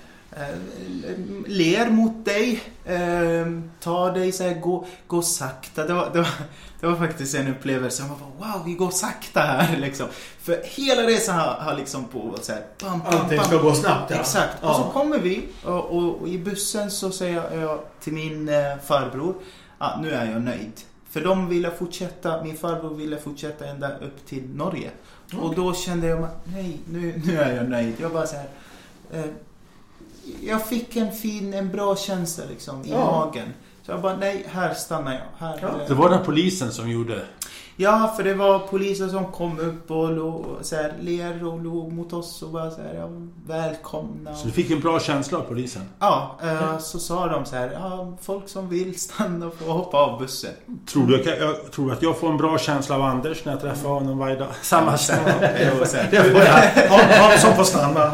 [SPEAKER 3] ler mot dig, eh, ta dig så här, gå, gå sakta. Det var, det, var, det var faktiskt en upplevelse. Man bara, wow, vi går sakta här liksom. För hela resan har, har liksom på så här, bam, bam,
[SPEAKER 2] allting ska gå snabbt. Ja.
[SPEAKER 3] Exakt. Ja. Och så kommer vi och, och, och i bussen så säger jag till min eh, farbror, ah, nu är jag nöjd. För de ville fortsätta, min farbror ville fortsätta ända upp till Norge. Okay. Och då kände jag, nej, nu, nu är jag nöjd. Jag bara så här, eh, jag fick en fin, en bra känsla liksom i ja. magen. Så jag bara, nej, här stannar jag. Här,
[SPEAKER 1] ja. Det var den polisen som gjorde?
[SPEAKER 3] Ja, för det var poliser som kom upp och låg, så här, ler och låg mot oss och bara så här, ja, välkomna.
[SPEAKER 1] Så du fick en bra känsla av polisen?
[SPEAKER 3] Ja, eh, ja. Så sa de så här, ja, folk som vill stanna och få hoppa av bussen.
[SPEAKER 1] Tror du, jag, jag tror att jag får en bra känsla av Anders när jag träffar honom varje dag? Samma känsla.
[SPEAKER 2] Han som får stanna.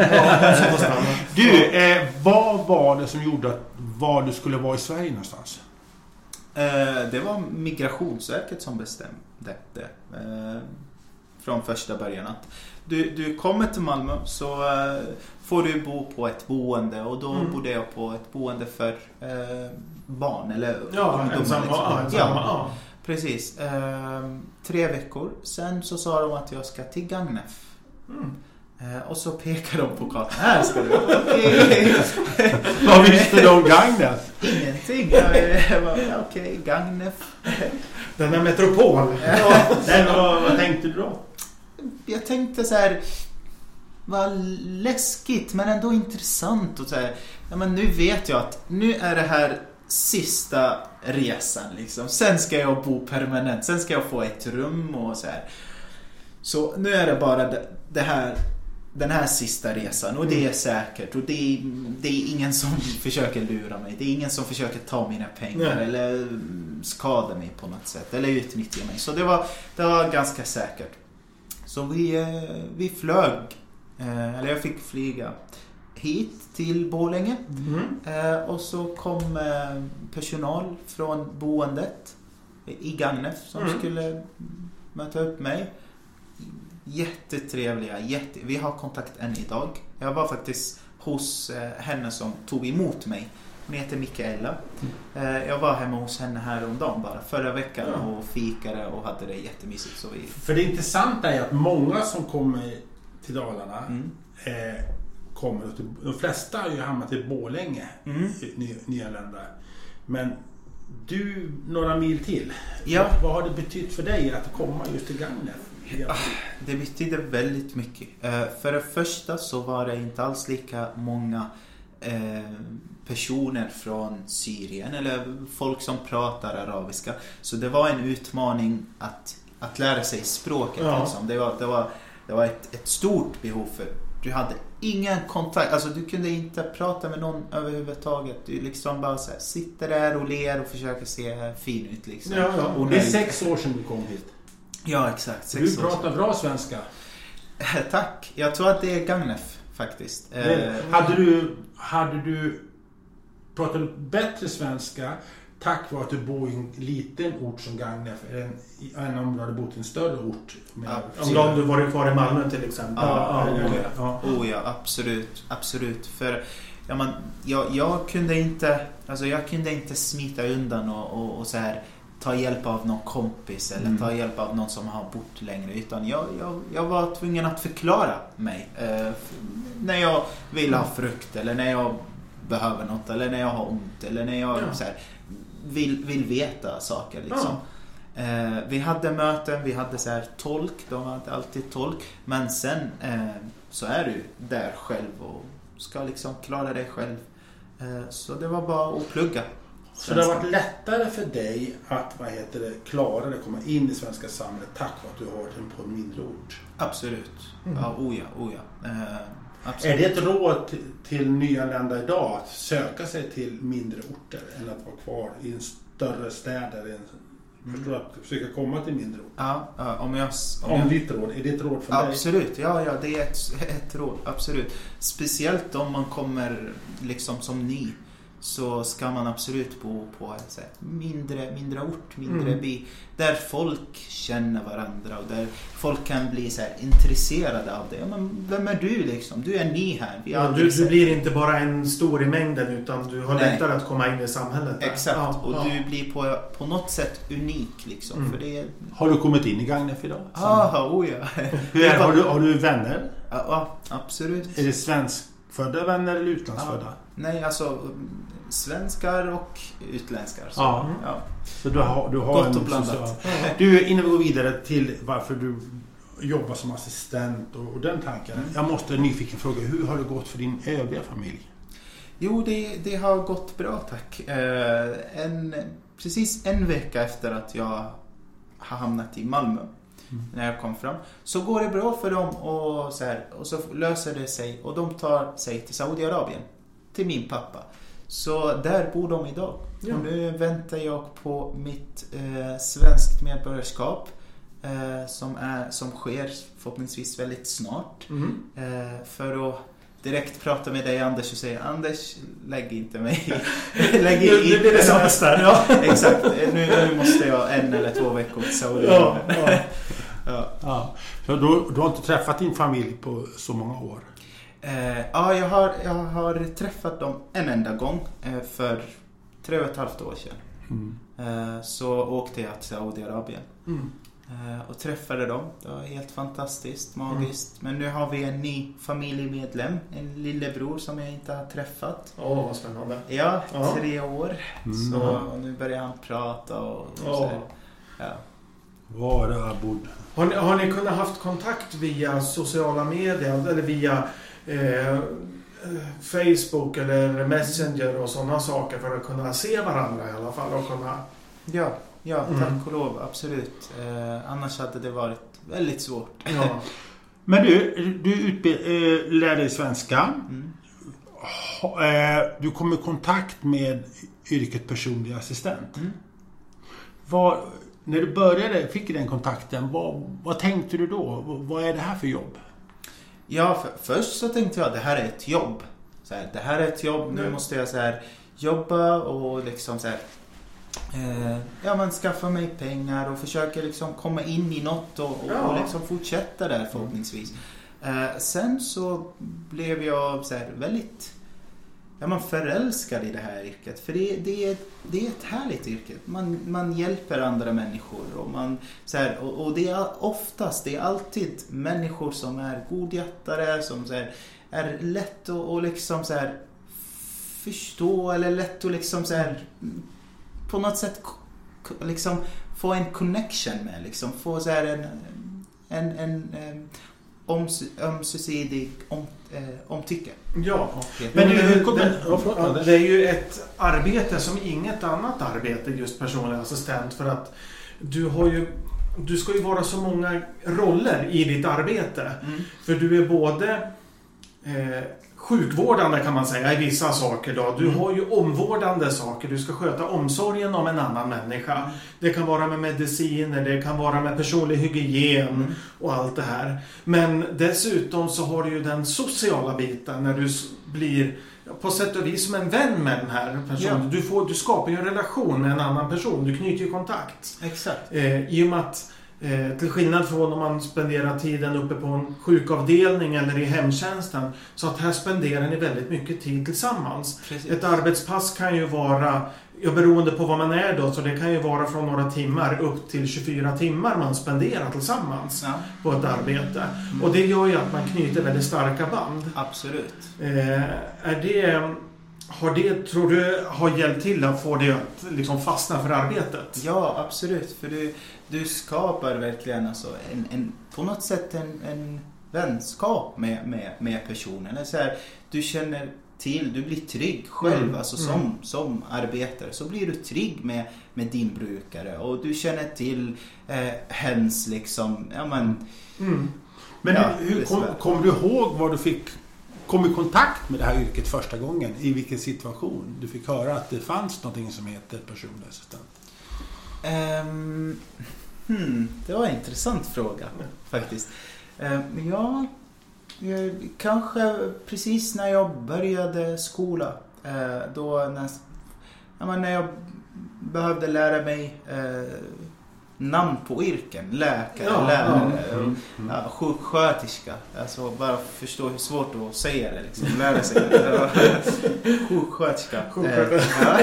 [SPEAKER 1] Du, eh, vad var det som gjorde att var du skulle vara i Sverige någonstans?
[SPEAKER 3] Eh, det var Migrationsverket som bestämde det eh, från första början att du, du kommer till Malmö så eh, får du bo på ett boende och då mm. bodde jag på ett boende för eh, barn eller
[SPEAKER 2] ja, ungdomar liksom. ja,
[SPEAKER 3] ja, ja, precis eh, tre veckor sen så sa de att jag ska till Gagnef. Mm. Eh, och så pekar de på kartan. Här ska du. Okej.
[SPEAKER 1] Vad visste du om Gagnef?
[SPEAKER 3] Ingenting. Jag var okej, okay, Gagnef.
[SPEAKER 2] Den är metropol.
[SPEAKER 3] Ja.
[SPEAKER 1] Nej, vad, vad tänkte du då?
[SPEAKER 3] Jag tänkte så här, vad läskigt men ändå intressant och så här, ja, men nu vet jag att nu är det här sista resan liksom. Sen ska jag bo permanent. Sen ska jag få ett rum och så här. Så nu är det bara det, det här den här sista resan och det är säkert och det är, det är ingen som försöker lura mig. Det är ingen som försöker ta mina pengar Nej. eller skada mig på något sätt eller utnyttja mig. Så det var, det var ganska säkert. Så vi, vi flög eller jag fick flyga hit till Borlänge mm. och så kom personal från boendet i Gagnef som mm. skulle möta upp mig. Jättetrevliga, jätte... vi har kontakt än idag. Jag var faktiskt hos eh, henne som tog emot mig. Hon heter Mikaela. Mm. Eh, jag var hemma hos henne här om dagen bara förra veckan ja. och fikade och hade det jättemysigt. Så vi...
[SPEAKER 1] För det intressanta är att många som kommer till Dalarna mm. eh, kommer till, de flesta har ju hamnat i Borlänge, mm. ny, nyanlända. Men du, några mil till.
[SPEAKER 3] Ja.
[SPEAKER 1] Vad, vad har det betytt för dig att komma just till Gagnef?
[SPEAKER 3] Ah, det betyder väldigt mycket. Uh, för det första så var det inte alls lika många uh, personer från Syrien eller folk som pratar arabiska. Så det var en utmaning att, att lära sig språket. Ja. Liksom. Det var, det var, det var ett, ett stort behov för du hade ingen kontakt, alltså du kunde inte prata med någon överhuvudtaget. Du liksom bara så här, sitter där och ler och försöker se fin ut liksom.
[SPEAKER 1] Ja, ja. Och det är sex år sedan du kom hit.
[SPEAKER 3] Ja, exakt. Sex
[SPEAKER 1] du pratar
[SPEAKER 3] år.
[SPEAKER 1] Bra svenska.
[SPEAKER 3] Tack. Jag tror att det är Gagnef faktiskt.
[SPEAKER 1] Men, hade du hade du pratat bättre svenska tack vare att du bor i en liten ort som Gagnef än om du hade bott i en större ort?
[SPEAKER 2] Ja, om du varit kvar i Malmö till exempel.
[SPEAKER 3] Ja, ja, ja, ja. Oh, ja absolut. Absolut. För ja, man, jag, jag kunde inte alltså jag kunde inte smita undan och, och, och så här ta hjälp av någon kompis eller mm. ta hjälp av någon som har bott längre, utan jag, jag, jag var tvungen att förklara mig eh, när jag vill ha frukt eller när jag behöver något eller när jag har ont eller när jag ja. så här, vill, vill veta saker liksom. Ja. Eh, vi hade möten, vi hade så här tolk, de hade alltid tolk, men sen eh, så är du där själv och ska liksom klara dig själv. Eh, så det var bara att plugga.
[SPEAKER 1] Så det har varit lättare för dig att vad heter det, klara det, komma in i svenska samhället tack vare att du har varit på en mindre ort?
[SPEAKER 3] Absolut. Mm. Ja, oja, oja. Eh,
[SPEAKER 1] absolut. Är det ett råd till, till nyanlända idag att söka sig till mindre orter än att vara kvar i en större städer? Mm. Förstår du, att försöka komma till mindre orter?
[SPEAKER 3] Ja, ja om jag...
[SPEAKER 1] Om, om jag, ditt råd, är det ett råd för
[SPEAKER 3] absolut,
[SPEAKER 1] dig?
[SPEAKER 3] Ja, ja, det är ett, ett råd, absolut. Speciellt om man kommer liksom som ny. Så ska man absolut bo på en så här, mindre, mindre ort, mindre mm. by. Där folk känner varandra och där folk kan bli så här intresserade av det. Ja, men vem är du liksom? Du är ny här. Vi
[SPEAKER 2] ja, du, du blir inte bara en stor i mängden utan du har lättare att komma in i samhället. Där.
[SPEAKER 3] Exakt,
[SPEAKER 2] ja,
[SPEAKER 3] och
[SPEAKER 2] ja.
[SPEAKER 3] du blir på, på något sätt unik liksom. Mm. För det är...
[SPEAKER 1] Har du kommit in i Gagnef idag?
[SPEAKER 3] Ja, oh ja.
[SPEAKER 1] Hur är, har, du, har du vänner?
[SPEAKER 3] Ja, ja, absolut.
[SPEAKER 1] Är det svenskfödda vänner eller utlandsfödda?
[SPEAKER 3] Ja. Nej, alltså svenskar och utländskar. Så,
[SPEAKER 1] ja.
[SPEAKER 3] Ja.
[SPEAKER 1] Så du har, du har
[SPEAKER 3] gott
[SPEAKER 1] en
[SPEAKER 3] och blandat.
[SPEAKER 1] Social... Du, innan vi går vidare till varför du jobbar som assistent och, och den tanken. Mm. Jag måste nyfiken fråga, hur har det gått för din övriga familj?
[SPEAKER 3] Jo, det, det har gått bra, tack. Eh, en, precis en vecka efter att jag har hamnat i Malmö. Mm. När jag kom fram. Så går det bra för dem och så, här, och så löser det sig. Och de tar sig till Saudiarabien. Till min pappa. Så där bor de idag. Ja. Och nu väntar jag på mitt eh, svenskt medborgarskap. Eh, som, är, som sker förhoppningsvis väldigt snart. Mm. Eh, för att direkt prata med dig, Anders, och säga: Anders, lägg inte mig lägg in.
[SPEAKER 2] Nu blir det semester.
[SPEAKER 3] Ja, exakt. Nu, nu måste jag en eller två veckor till Saudiarabien. Ja, ja.
[SPEAKER 1] Ja. Ja. Så du, du har inte träffat din familj på så många år?
[SPEAKER 3] Eh, ja, jag har, jag har träffat dem en enda gång eh, för tre och ett halvt år sedan. Mm. Eh, så åkte jag till Saudiarabien mm. eh, och träffade dem. Det var helt fantastiskt, magiskt. Mm. Men nu har vi en ny familjemedlem, en lillebror som jag inte har träffat.
[SPEAKER 2] Åh, oh, vad spännande.
[SPEAKER 3] Ja, uh-huh. tre år. Mm. Så nu börjar han prata och, och oh. så. Ja.
[SPEAKER 1] Var är bod?
[SPEAKER 2] Har ni, har ni kunnat haft kontakt via sociala medier eller via eh, Facebook eller Messenger och sådana saker för att kunna se varandra i alla fall och kunna...
[SPEAKER 3] Ja, ja tack mm. och lov, absolut. Eh, annars hade det varit väldigt svårt.
[SPEAKER 2] Ja.
[SPEAKER 1] Men du, du utbild, eh, lär dig svenska. Mm. Eh, du kom i kontakt med yrket personlig assistent. Mm. Var... När du började, fick den kontakten, vad, vad tänkte du då? Vad är det här för jobb?
[SPEAKER 3] Ja, för, först så tänkte jag att det här är ett jobb. Så här, det här är ett jobb, nu mm. måste jag så här, jobba och liksom så här, eh, ja, man skaffar mig pengar och försöker liksom komma in i något och, och, ja. och liksom fortsätta där förhoppningsvis. Eh, sen så blev jag så här väldigt ja, man förälskad i det här yrket. För det, det, är, det är ett härligt yrke. Man, man hjälper andra människor. Och, man, så här, och, och det är oftast, det är alltid människor som är godhjärtade, som så här, är lätt att och liksom, så här, förstå eller lätt att liksom, så här, på något sätt liksom, få en connection med. Liksom, få så här, en, en, en, en ömsesidig om, eh, omtycke.
[SPEAKER 2] Ja,
[SPEAKER 3] okay.
[SPEAKER 2] men det, det, det, det är ju ett arbete som inget annat arbete, just personlig assistent, för att du har ju du ska ju vara så många roller i ditt arbete. Mm. För du är både eh, sjukvårdande kan man säga i vissa saker då. Du mm. har ju omvårdande saker. Du ska sköta omsorgen om en annan människa. Mm. Det kan vara med mediciner, det kan vara med personlig hygien mm. och allt det här. Men dessutom så har du ju den sociala biten när du blir på sätt och vis som en vän med den här personen. Ja. Du, får, du skapar ju en relation med en annan person. Du knyter ju kontakt.
[SPEAKER 3] Exakt.
[SPEAKER 2] Eh, I och med att Eh, till skillnad från om man spenderar tiden uppe på en sjukavdelning eller i hemtjänsten, så att här spenderar ni väldigt mycket tid tillsammans. Precis. Ett arbetspass kan ju vara, ja, beroende på vad man är då, så det kan ju vara från några timmar upp till tjugofyra timmar man spenderar tillsammans ja. på ett arbete. Mm. Och det gör ju att man knyter väldigt starka band.
[SPEAKER 3] Absolut.
[SPEAKER 2] Eh, är det... Har det, tror du, har hjälpt till att få det att liksom fastna för arbetet?
[SPEAKER 3] Ja, absolut. För du, du skapar verkligen alltså en, en, på något sätt en, en vänskap med, med, med personen. Så här, du känner till, du blir trygg själv. Mm. Alltså som, mm. som arbetare så blir du trygg med, med din brukare. Och du känner till eh, hens liksom... Ja, men,
[SPEAKER 1] mm. men ja, hur, hur kom, kom du ihåg vad du fick... kom i kontakt med det här yrket första gången? I vilken situation du fick höra att det fanns någonting som heter personlig assistent?
[SPEAKER 3] Um, hmm, det var en intressant fråga faktiskt. Um, ja, kanske precis när jag började skola. Uh, då när, ja, när jag behövde lära mig uh, namn på yrken, läkare, ja, lärare, ja. Mm, mm. Ja, sjuksköterska. Alltså bara förstå hur svårt det är att säga det liksom, lära sig. Sjuksköterska. Ja.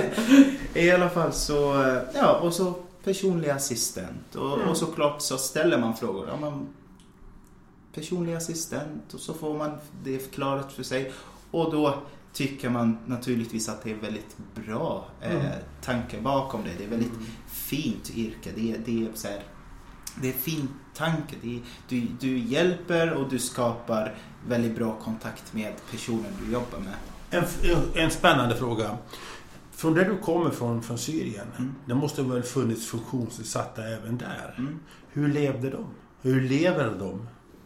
[SPEAKER 3] I alla fall så, ja, och så personlig assistent och, mm. och såklart så ställer man frågor. Ja, man, personlig assistent och så får man det förklarat för sig och då tycker man naturligtvis att det är väldigt bra eh, mm. tanke bakom det. Det är väldigt mm. fint yrke. Det är, det är, så här, det är fin tanke. Det är, du, du hjälper och du skapar väldigt bra kontakt med personen du jobbar med.
[SPEAKER 1] En, en spännande fråga. Från där du kommer från, från Syrien, mm. det måste väl funnits funktionsnedsatta även där. Mm. Hur levde de? Hur lever de?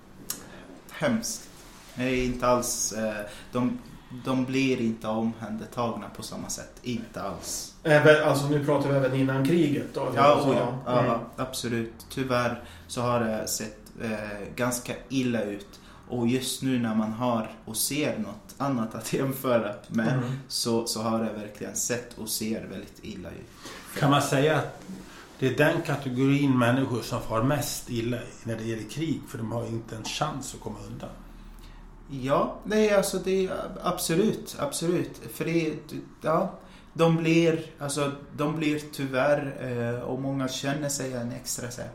[SPEAKER 3] Hemskt. Det är inte alls... Eh, de... De blir inte omhändertagna på samma sätt. Inte alls.
[SPEAKER 2] Även, alltså nu pratar vi även innan kriget då?
[SPEAKER 3] Ja, alltså, ja, ja mm. absolut. Tyvärr så har det sett eh, ganska illa ut. Och just nu när man har och ser något annat att jämföra med mm. så, så har det verkligen sett och ser väldigt illa ut.
[SPEAKER 1] Kan man säga att det är den kategorin människor som far mest illa när det gäller krig? För de har inte en chans att komma undan.
[SPEAKER 3] Ja, det är alltså det är absolut, absolut. För det ja, de blir alltså de blir tyvärr eh, och många känner sig en extra så här,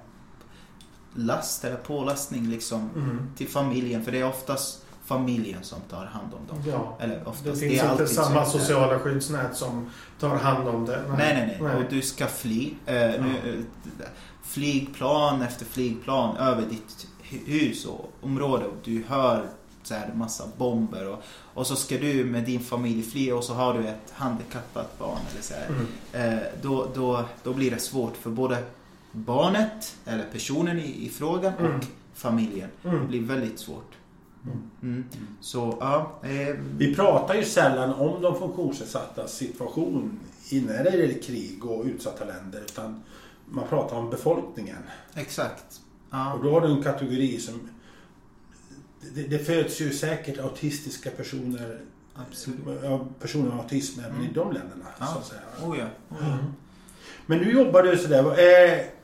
[SPEAKER 3] last eller pålastning liksom mm. till familjen, för det är oftast familjen som tar hand om dem.
[SPEAKER 2] Ja.
[SPEAKER 3] Eller oftast,
[SPEAKER 2] det finns det inte samma sociala skyddsnät som tar hand om det.
[SPEAKER 3] Nej, nej, nej. nej. Och du ska fly eh, ja. nu, flygplan efter flygplan över ditt hus och område och du hör så här massa bomber och, och så ska du med din familj fly och så har du ett handikappat barn eller så här. Mm. Eh, då, då, då blir det svårt för både barnet eller personen i, i frågan mm. och familjen. Mm. Det blir väldigt svårt. Mm. Mm. Så ja, eh,
[SPEAKER 1] vi pratar ju sällan om de funktionsnedsattas situation när det gäller krig och utsatta länder, utan man pratar om befolkningen.
[SPEAKER 3] Exakt. Ja.
[SPEAKER 1] Och då har du en kategori som Det, det föds ju säkert autistiska personer.
[SPEAKER 3] Absolut.
[SPEAKER 1] Personer med autism även mm. i de länderna.
[SPEAKER 3] Ja.
[SPEAKER 1] Så att säga.
[SPEAKER 3] Oh ja. Oh ja.
[SPEAKER 1] Mm. Men nu jobbar du sådär. Eh,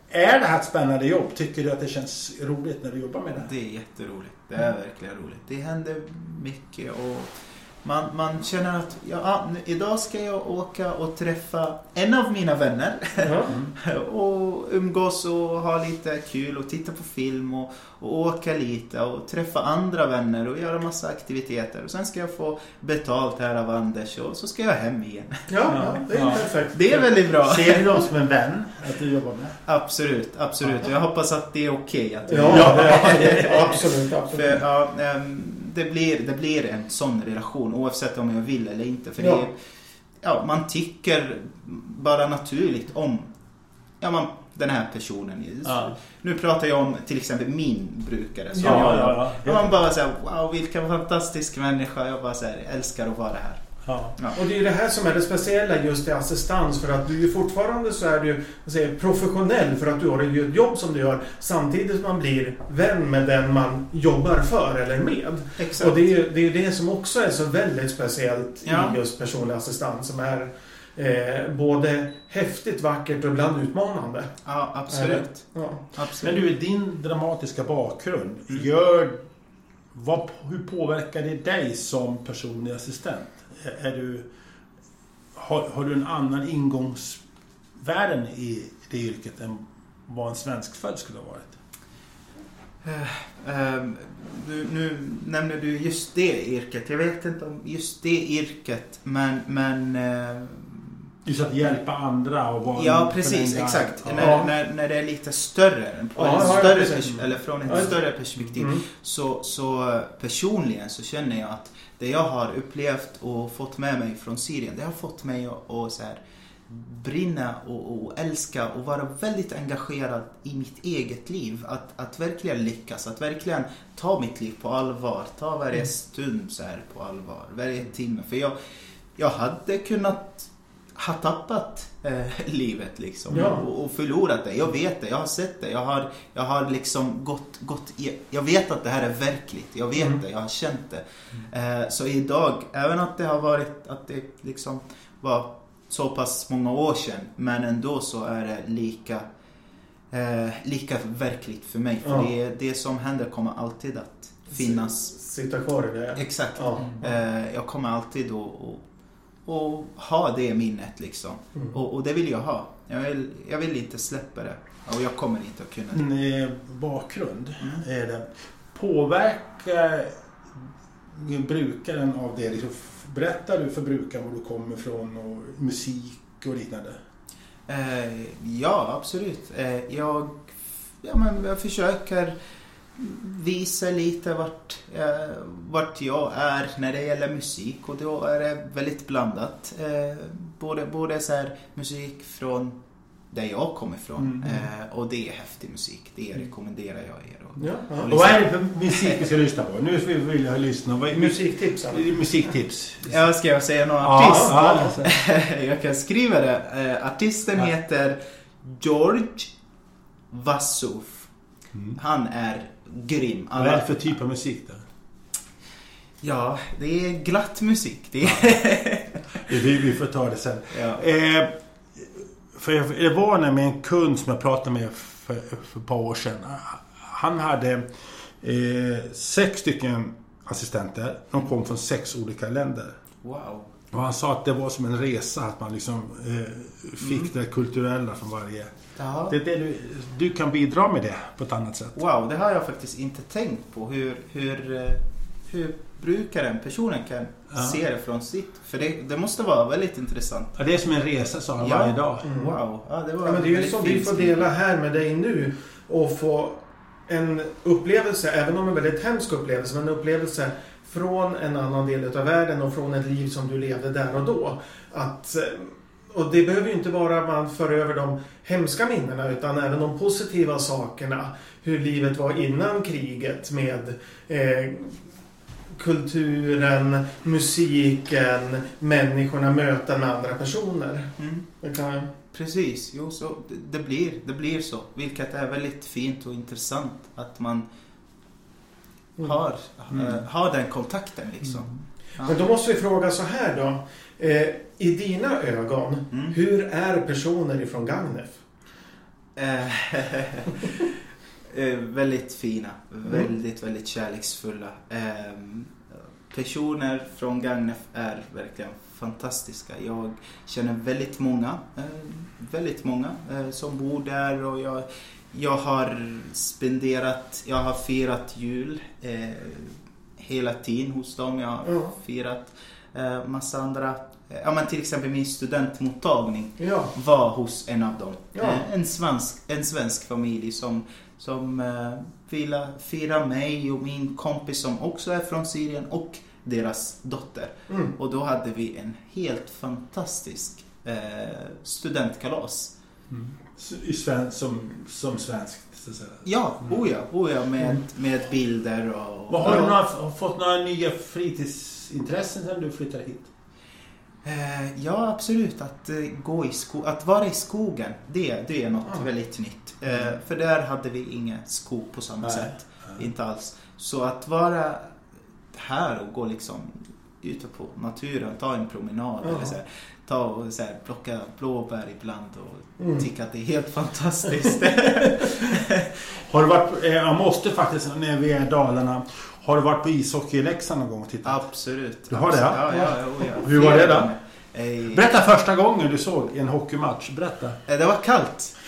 [SPEAKER 1] Är det här ett spännande jobb? Tycker du att det känns roligt när du jobbar med det?
[SPEAKER 3] Det är jätteroligt. Det är verkligen roligt. Det händer mycket och man, man känner att ja, idag ska jag åka och träffa en av mina vänner mm. och umgås och ha lite kul och titta på film och, och åka lite och träffa andra vänner och göra massa aktiviteter. Och sen ska jag få betalt här av Anders och så ska jag hem igen.
[SPEAKER 2] Ja, ja det är ja. perfekt.
[SPEAKER 3] Det är väldigt bra.
[SPEAKER 1] Ser du dem som en vän att du jobbar med?
[SPEAKER 3] Absolut, absolut. Ja. Jag hoppas att det är okej. Att
[SPEAKER 2] ja, ja, ja, absolut. absolut.
[SPEAKER 3] För, ja, um, det, blir, det blir en sån relation oavsett om jag vill eller inte. För
[SPEAKER 2] ja.
[SPEAKER 3] det är, ja, man tycker bara naturligt om ja, man, den här personen. Ja. Nu pratar jag om till exempel min brukare. Så
[SPEAKER 2] ja,
[SPEAKER 3] jag,
[SPEAKER 2] ja, ja.
[SPEAKER 3] Man bara säger wow, vilken fantastisk människa. Jag bara säger, älskar att vara här.
[SPEAKER 2] Ja. Ja. Och det är ju det här som är det speciella just i assistans, för att du är fortfarande så är du säger, professionell för att du har ett jobb som du gör samtidigt som man blir vän med den man jobbar för eller med.
[SPEAKER 3] Exakt.
[SPEAKER 2] Och det är ju det, är det som också är så väldigt speciellt
[SPEAKER 3] ja.
[SPEAKER 2] i just personlig assistans som är eh, både häftigt, vackert och ibland utmanande.
[SPEAKER 3] Ja, absolut.
[SPEAKER 2] Ja.
[SPEAKER 3] absolut.
[SPEAKER 1] Men du, i din dramatiska bakgrund, mm. gör, vad, hur påverkar det dig som personlig assistent? Är du, har, har du en annan ingångsvärden i det yrket än vad en svensk född skulle ha varit?
[SPEAKER 3] Uh, uh, nu, nu nämner du just det yrket. Jag vet inte om just det yrket, men... men uh,
[SPEAKER 1] just att hjälpa andra och vara...
[SPEAKER 3] Ja, precis, exakt. Ja. När, när, när det är lite större, på ja, en större pers- eller från ett ja. större perspektiv, mm. så, så personligen så känner jag att det jag har upplevt och fått med mig från Syrien, det har fått mig att, att så här, brinna och, och älska och vara väldigt engagerad i mitt eget liv. Att, att verkligen lyckas, att verkligen ta mitt liv på allvar, ta varje mm. stund så här på allvar, varje timme. För jag, jag hade kunnat ha tappat eh, livet liksom
[SPEAKER 2] ja.
[SPEAKER 3] och, och förlorat det. Jag vet det, jag har sett det. Jag har, jag har liksom gått, gått i, jag vet att det här är verkligt. Jag vet mm. det, jag har känt det. Mm. Eh, så idag, även att det har varit, att det liksom var så pass många år sedan, men ändå så är det lika eh, lika verkligt för mig. För
[SPEAKER 2] ja.
[SPEAKER 3] det, det som händer kommer alltid att finnas.
[SPEAKER 2] Sitta kvar i det.
[SPEAKER 3] Exakt.
[SPEAKER 2] Ja.
[SPEAKER 3] Eh, jag kommer alltid att och ha det minnet liksom. Mm. Och, och det vill jag ha. Jag vill, jag vill inte släppa det. Och jag kommer inte att kunna det.
[SPEAKER 1] Mm, bakgrund mm. är det. Påverkar brukaren av det? Liksom, berättar du för brukaren var du kommer ifrån och musik och liknande?
[SPEAKER 3] Eh, ja, absolut. Eh, jag, ja, men jag försöker visa lite vart, eh, vart jag är när det gäller musik, och då är det väldigt blandat. Eh, både både så här, musik från där jag kommer ifrån mm. eh, och det är häftig musik. Det rekommenderar jag er. Och,
[SPEAKER 2] ja, ja.
[SPEAKER 1] och vad är det för musik vi ska lyssna på? Nu vill jag lyssna. Vad är
[SPEAKER 2] musiktips? Alltså.
[SPEAKER 1] Musiktips.
[SPEAKER 3] Ja, ska jag säga någon
[SPEAKER 1] ja,
[SPEAKER 3] artist?
[SPEAKER 1] Ja, alltså.
[SPEAKER 3] Jag kan skriva det. Eh, artisten ja. heter George Vassouf. Mm. Han är grym.
[SPEAKER 1] Vad är det för typ av musik då?
[SPEAKER 3] Ja, det är glatt musik. Det är
[SPEAKER 1] ja. vi, vi får ta det sen.
[SPEAKER 3] Ja.
[SPEAKER 1] Eh, för jag, det var nämligen en kund som jag pratade med för, för ett par år sedan. Han hade eh, sex stycken assistenter. De kom från sex olika länder.
[SPEAKER 3] Wow.
[SPEAKER 1] Och han sa att det var som en resa, att man liksom eh, fick mm. det kulturella från varje.
[SPEAKER 3] Jaha.
[SPEAKER 1] Det är det du, du kan bidra med det på ett annat sätt.
[SPEAKER 3] Wow, det har jag faktiskt inte tänkt på. Hur, hur, hur brukaren, personen kan ja. se det från sitt. För det, det måste vara väldigt intressant.
[SPEAKER 1] Ja, det är som en resa, sa han,
[SPEAKER 3] ja.
[SPEAKER 1] varje dag.
[SPEAKER 3] Mm. Wow. Ja, det var
[SPEAKER 2] ja, men det är ju som vi får dela här med dig nu och få en upplevelse, även om en väldigt hemsk upplevelse, men en upplevelse från en annan del av världen och från ett liv som du levde där och då. Att, och det behöver ju inte vara att man för över de hemska minnena, utan även de positiva sakerna. Hur livet var innan kriget med eh, kulturen, musiken, människorna, möten med andra personer.
[SPEAKER 3] Mm.
[SPEAKER 2] Det kan...
[SPEAKER 3] Precis, jo, så det, det, blir, det blir så. Vilket är väldigt fint och intressant att man mm. har, mm. äh, har den kontakten liksom. Mm.
[SPEAKER 2] Ja. Men då måste vi fråga så här då. Eh, I dina ögon, mm. hur är personer ifrån Gagnef?
[SPEAKER 3] Eh, väldigt fina, väldigt, väldigt kärleksfulla. Eh, personer från Gagnef är verkligen fantastiska. Jag känner väldigt många, eh, väldigt många eh, som bor där, och jag, jag har spenderat, jag har firat jul eh, hela tiden hos dem. Jag har mm. firat eh, massa andra. Ja, men till exempel min studentmottagning ja. var hos en av dem. Ja. Eh, en, svensk, en svensk familj som, som eh, ville fira mig och min kompis som också är från Syrien och deras dotter. Mm. Och då hade vi en helt fantastisk eh, studentkalas.
[SPEAKER 1] Mm. I sven- som, som svensk?
[SPEAKER 3] Ja, mm. oja, oja med, mm. med bilder och...
[SPEAKER 1] Vad har du några, har fått några nya fritidsintressen sedan du flyttade hit?
[SPEAKER 3] Eh, ja, absolut. Att, eh, gå i sko- att vara i skogen, det, det är något mm. väldigt nytt. Eh, för där hade vi ingen skog på samma Nej. sätt. Nej. Inte alls. Så att vara här och gå liksom ute på naturen, ta en promenad mm. eller så här, ta och så här, plocka blåbär ibland och mm. tycka att det är helt fantastiskt.
[SPEAKER 1] Har du varit, jag måste faktiskt, när vi är i Dalarna, har du varit på ishockey i Leksand någon gång och tittat?
[SPEAKER 3] Absolut.
[SPEAKER 1] Du har det? Ja,
[SPEAKER 3] ja, ja, ja, ja.
[SPEAKER 1] Hur var det då? Berätta första gången du såg en hockeymatch. Berätta.
[SPEAKER 3] Det var kallt.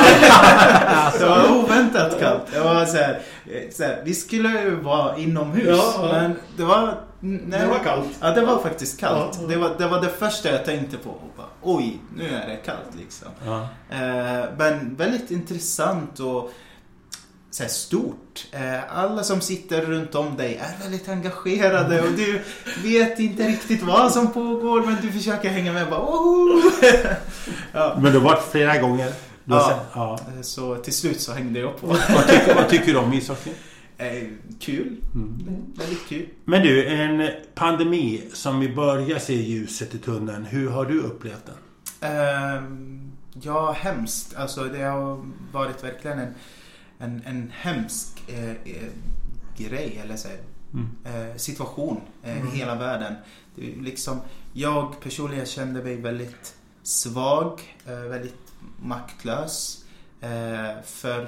[SPEAKER 3] Det var oväntat kallt. Det var så här, så här, vi skulle ju vara inomhus, ja, ja. men det var nej,
[SPEAKER 2] det var kallt.
[SPEAKER 3] Ja, det var faktiskt kallt.
[SPEAKER 2] Ja, ja.
[SPEAKER 3] Det var det var det första jag tänkte på. Bara, oj, nu är det kallt liksom.
[SPEAKER 1] Ja.
[SPEAKER 3] Eh, men väldigt intressant och så här stort. Alla som sitter runt om dig är väldigt engagerade och du vet inte riktigt vad som pågår, men du försöker hänga med. Bara, oh!
[SPEAKER 1] Ja. Men det har varit flera gånger.
[SPEAKER 3] Ja. Sett, ja. Så till slut så hängde jag på.
[SPEAKER 1] Vad tycker, vad tycker du om ishockey?
[SPEAKER 3] Eh, kul. Mm. Väldigt kul.
[SPEAKER 1] Men du, en pandemi som vi börjar se ljuset i tunneln. Hur har du upplevt den?
[SPEAKER 3] Eh, ja, hemskt. Alltså det har varit verkligen en En, en hemsk eh, eh, grej eller så, mm. eh, situation eh, mm. i hela världen. Det, liksom, jag personligen kände mig väldigt svag, eh, väldigt maktlös. Eh, för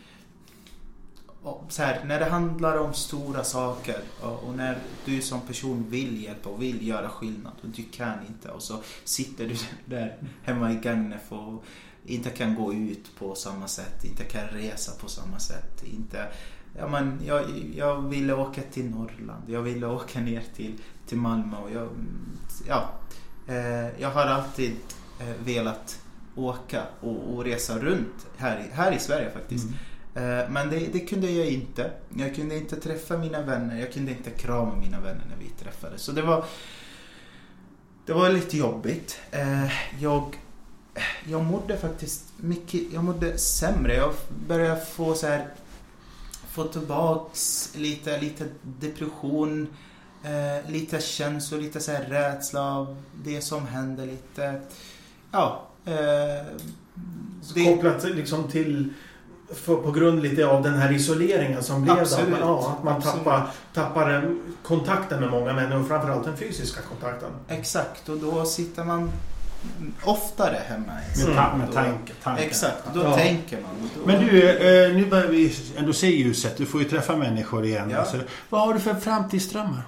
[SPEAKER 3] och, så här, när det handlar om stora saker och, och när du som person vill hjälpa och vill göra skillnad och du kan inte, och så sitter du där hemma i Gagnef och inte kan gå ut på samma sätt, inte kan resa på samma sätt, inte, ja, men jag, jag ville åka till Norrland, jag ville åka ner till, till Malmö och jag, ja, eh, jag har alltid eh, velat åka och, och resa runt här, här i Sverige faktiskt. Mm. Eh, men det, det kunde jag inte. Jag kunde inte träffa mina vänner, jag kunde inte krama mina vänner när vi träffades. Så det var, det var lite jobbigt. Eh, jag Jag mådde faktiskt mycket, jag mådde sämre. Jag började få så här, få tillbaks lite, lite depression, eh, lite känslor, lite så här rädsla av det som hände, lite, ja. Eh,
[SPEAKER 2] det... Kopplat liksom till, för, på grund lite av den här isoleringen som blev,
[SPEAKER 3] absolut,
[SPEAKER 2] att man, ja, att man tappar, tappar kontakten med många människor, framförallt den fysiska kontakten.
[SPEAKER 3] Exakt, och då sitter man oftare hemma.
[SPEAKER 1] Med, ta- med tanke, tanke.
[SPEAKER 3] Exakt, då ja. tänker man. Då...
[SPEAKER 1] Men du, eh, nu börjar vi ändå se ljuset. Du får ju träffa människor igen.
[SPEAKER 3] Ja.
[SPEAKER 1] Alltså, vad har du för framtidsdrömmar?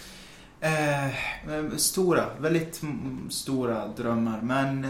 [SPEAKER 3] Eh, stora, väldigt m- stora drömmar. Men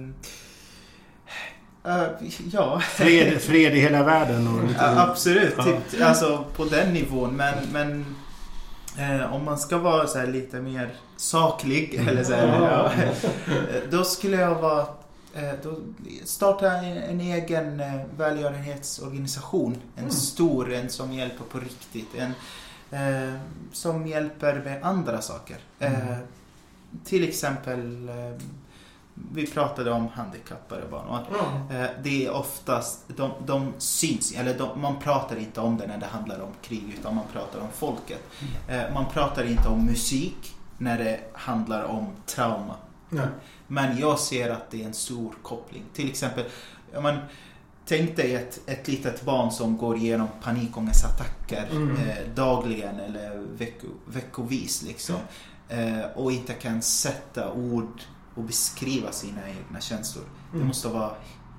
[SPEAKER 3] eh, eh, ja.
[SPEAKER 1] Fred, fred i hela världen. Och lite...
[SPEAKER 3] ja, absolut, ja. Typ, alltså på den nivån. Men, men eh, om man ska vara så här lite mer saklig mm. eller så här, ja, då skulle jag vara då starta en, en egen välgörenhetsorganisation, en mm. stor, en som hjälper på riktigt, en eh, som hjälper med andra saker. Mm. Eh, till exempel eh, vi pratade om handikappade barn och att, mm. eh, det är oftast de, de syns, eller de, man pratar inte om det när det handlar om krig, utan man pratar om folket. Mm. Eh, man pratar inte om musik när det handlar om trauma. Nej. Men jag ser att det är en stor koppling. Till exempel, man tänk dig ett, ett litet barn som går igenom panikångestattacker mm. eh, dagligen eller vecko, veckovis liksom, mm. eh, och inte kan sätta ord och beskriva sina egna känslor. Mm. Det måste vara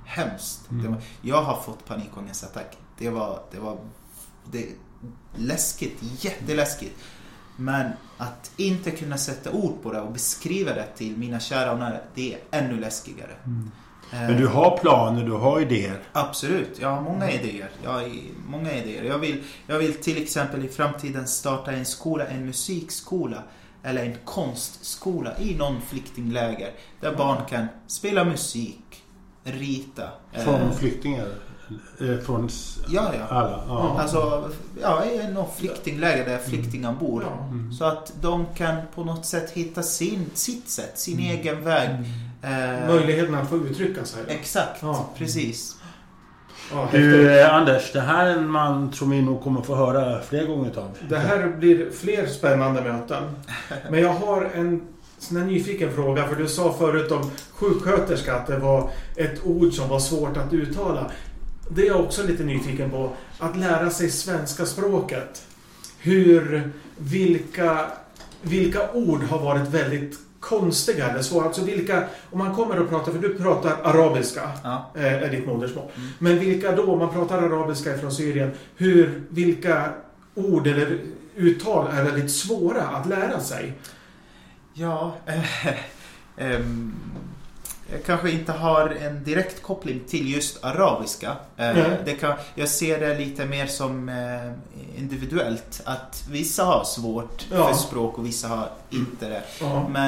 [SPEAKER 3] hemskt.
[SPEAKER 1] Mm.
[SPEAKER 3] Det var, jag har fått panikångestattack. Det var, det var det, läskigt, jätteläskigt. Men att inte kunna sätta ord på det och beskriva det till mina kära och nära, det är ännu läskigare.
[SPEAKER 1] Mm. Men du har planer, du har idéer.
[SPEAKER 3] Absolut, jag har många idéer. Jag har många idéer. Jag vill, jag vill till exempel i framtiden starta en skola, en musikskola eller en konstskola i någon flyktingläger där mm. barn kan spela musik, rita.
[SPEAKER 1] Från
[SPEAKER 3] eh,
[SPEAKER 1] flyktingar? Från
[SPEAKER 3] ja, ja.
[SPEAKER 1] alla? Ja.
[SPEAKER 3] Alltså, ja, i någon flyktingläger där flyktingar bor.
[SPEAKER 2] Ja.
[SPEAKER 1] Mm.
[SPEAKER 3] Så att de kan på något sätt hitta sin, sitt sätt, sin mm. egen väg.
[SPEAKER 2] Eh, Möjligheten att få uttrycka sig.
[SPEAKER 3] Exakt, ja. Precis.
[SPEAKER 2] Ja,
[SPEAKER 1] du, eh, Anders, det här är en man som vi nog kommer få höra fler gånger av.
[SPEAKER 2] Det här blir fler spännande möten. Men jag har en sån här nyfiken fråga, för du sa förut om sjuksköterska att det var ett ord som var svårt att uttala. Det är jag också lite nyfiken på. Att lära sig svenska språket. Hur, vilka, vilka ord har varit väldigt konstiga eller svåra? Alltså vilka, om man kommer och pratar, för du pratar arabiska, ja. är ditt modersmål. Mm. Men vilka då, om man pratar arabiska från Syrien, hur, vilka ord eller uttal är väldigt svåra att lära sig?
[SPEAKER 3] Ja, äh, ähm, jag kanske inte har en direkt koppling till just arabiska. Äh, mm. det kan, jag ser det lite mer som äh, individuellt. Att vissa har svårt ja. för språk och vissa har inte det. Ja. Men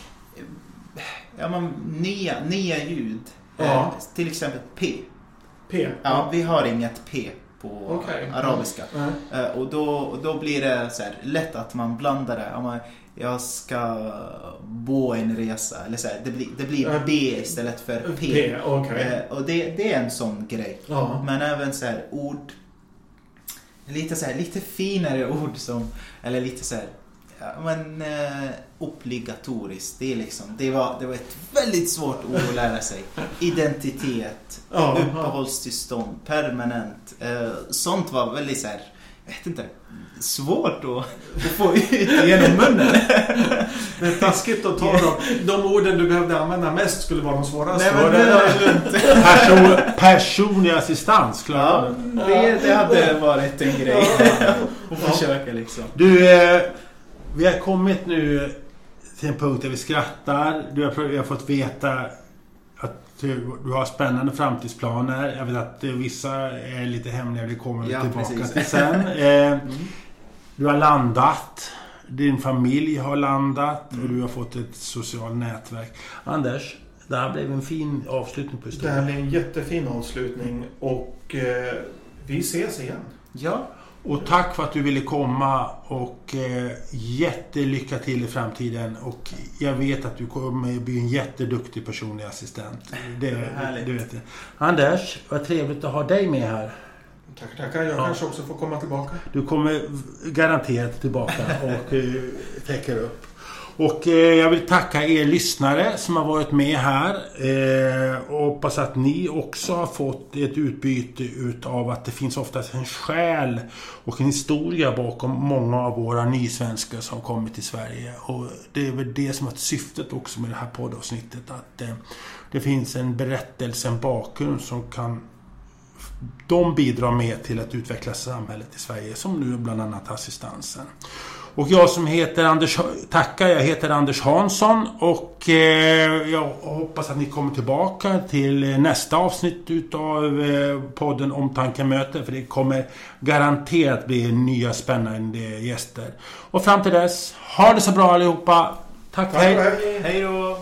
[SPEAKER 3] ja, man, nya, nya ljud. Ja. Äh, till exempel P.
[SPEAKER 2] P?
[SPEAKER 3] Ja, vi har inget P på
[SPEAKER 2] okay.
[SPEAKER 3] arabiska.
[SPEAKER 2] Mm.
[SPEAKER 3] Äh, och, då, och då blir det så här, lätt att man blandar det. Om man, jag ska bo en resa eller så här, det blir det blir B istället för P.
[SPEAKER 2] P okay.
[SPEAKER 3] eh, och det det är en sån grej.
[SPEAKER 2] Ja.
[SPEAKER 3] Men även så här ord lite så här lite finare ord som eller lite så här ja, men eh, obligatoriskt. Det är liksom det var det var ett väldigt svårt ord att lära sig. Identitet,
[SPEAKER 2] ja,
[SPEAKER 3] uppehållstillstånd, permanent. Eh, sånt var väldigt så här, jag vet inte, svårt att, att få ut genom munnen.
[SPEAKER 2] Det är taskigt att ta dem. De orden du behövde använda mest skulle vara de svåraste.
[SPEAKER 3] Nej, men det
[SPEAKER 1] Person, personlig assistans, klar.
[SPEAKER 3] Ja, det, det hade varit en grej att försöka liksom.
[SPEAKER 1] Du, eh, vi har kommit nu till en punkt där vi skrattar. Du har, vi har fått veta att du, du har spännande framtidsplaner. Jag vet att vissa är lite hemliga, vi kommer ja, tillbaka precis. till sen. Eh, mm. Du har landat, din familj har landat mm. och du har fått ett socialt nätverk. Anders, det här blev en fin avslutning på historien.
[SPEAKER 2] Det här blev en jättefin avslutning och eh, vi ses igen.
[SPEAKER 3] Ja.
[SPEAKER 1] Och tack för att du ville komma och eh, jättelycka till i framtiden. Och jag vet att du kommer bli en jätteduktig personlig assistent. Det, det är härligt. Du vet det. Anders, vad trevligt att ha dig med här.
[SPEAKER 2] Tack, tackar. Jag ja. kanske också får komma tillbaka.
[SPEAKER 1] Du kommer garanterat tillbaka och eh, täcker upp. Och eh, jag vill tacka er lyssnare som har varit med här. Eh, och hoppas att ni också har fått ett utbyte utav att det finns oftast en själ och en historia bakom många av våra nysvenskar som kommer till Sverige. Och det är väl det som är syftet också med det här poddavsnittet. Att eh, det finns en berättelse, en bakgrund som kan de bidrar med till att utveckla samhället i Sverige, som nu bland annat assistansen. Och jag som heter Anders, tackar, jag heter Anders Hansson och eh, jag hoppas att ni kommer tillbaka till nästa avsnitt utav eh, podden Omtanken möter, för det kommer garanterat bli nya spännande gäster. Och fram till dess, ha det så bra allihopa. Tack,
[SPEAKER 2] Tack
[SPEAKER 1] hej.
[SPEAKER 3] Hej då.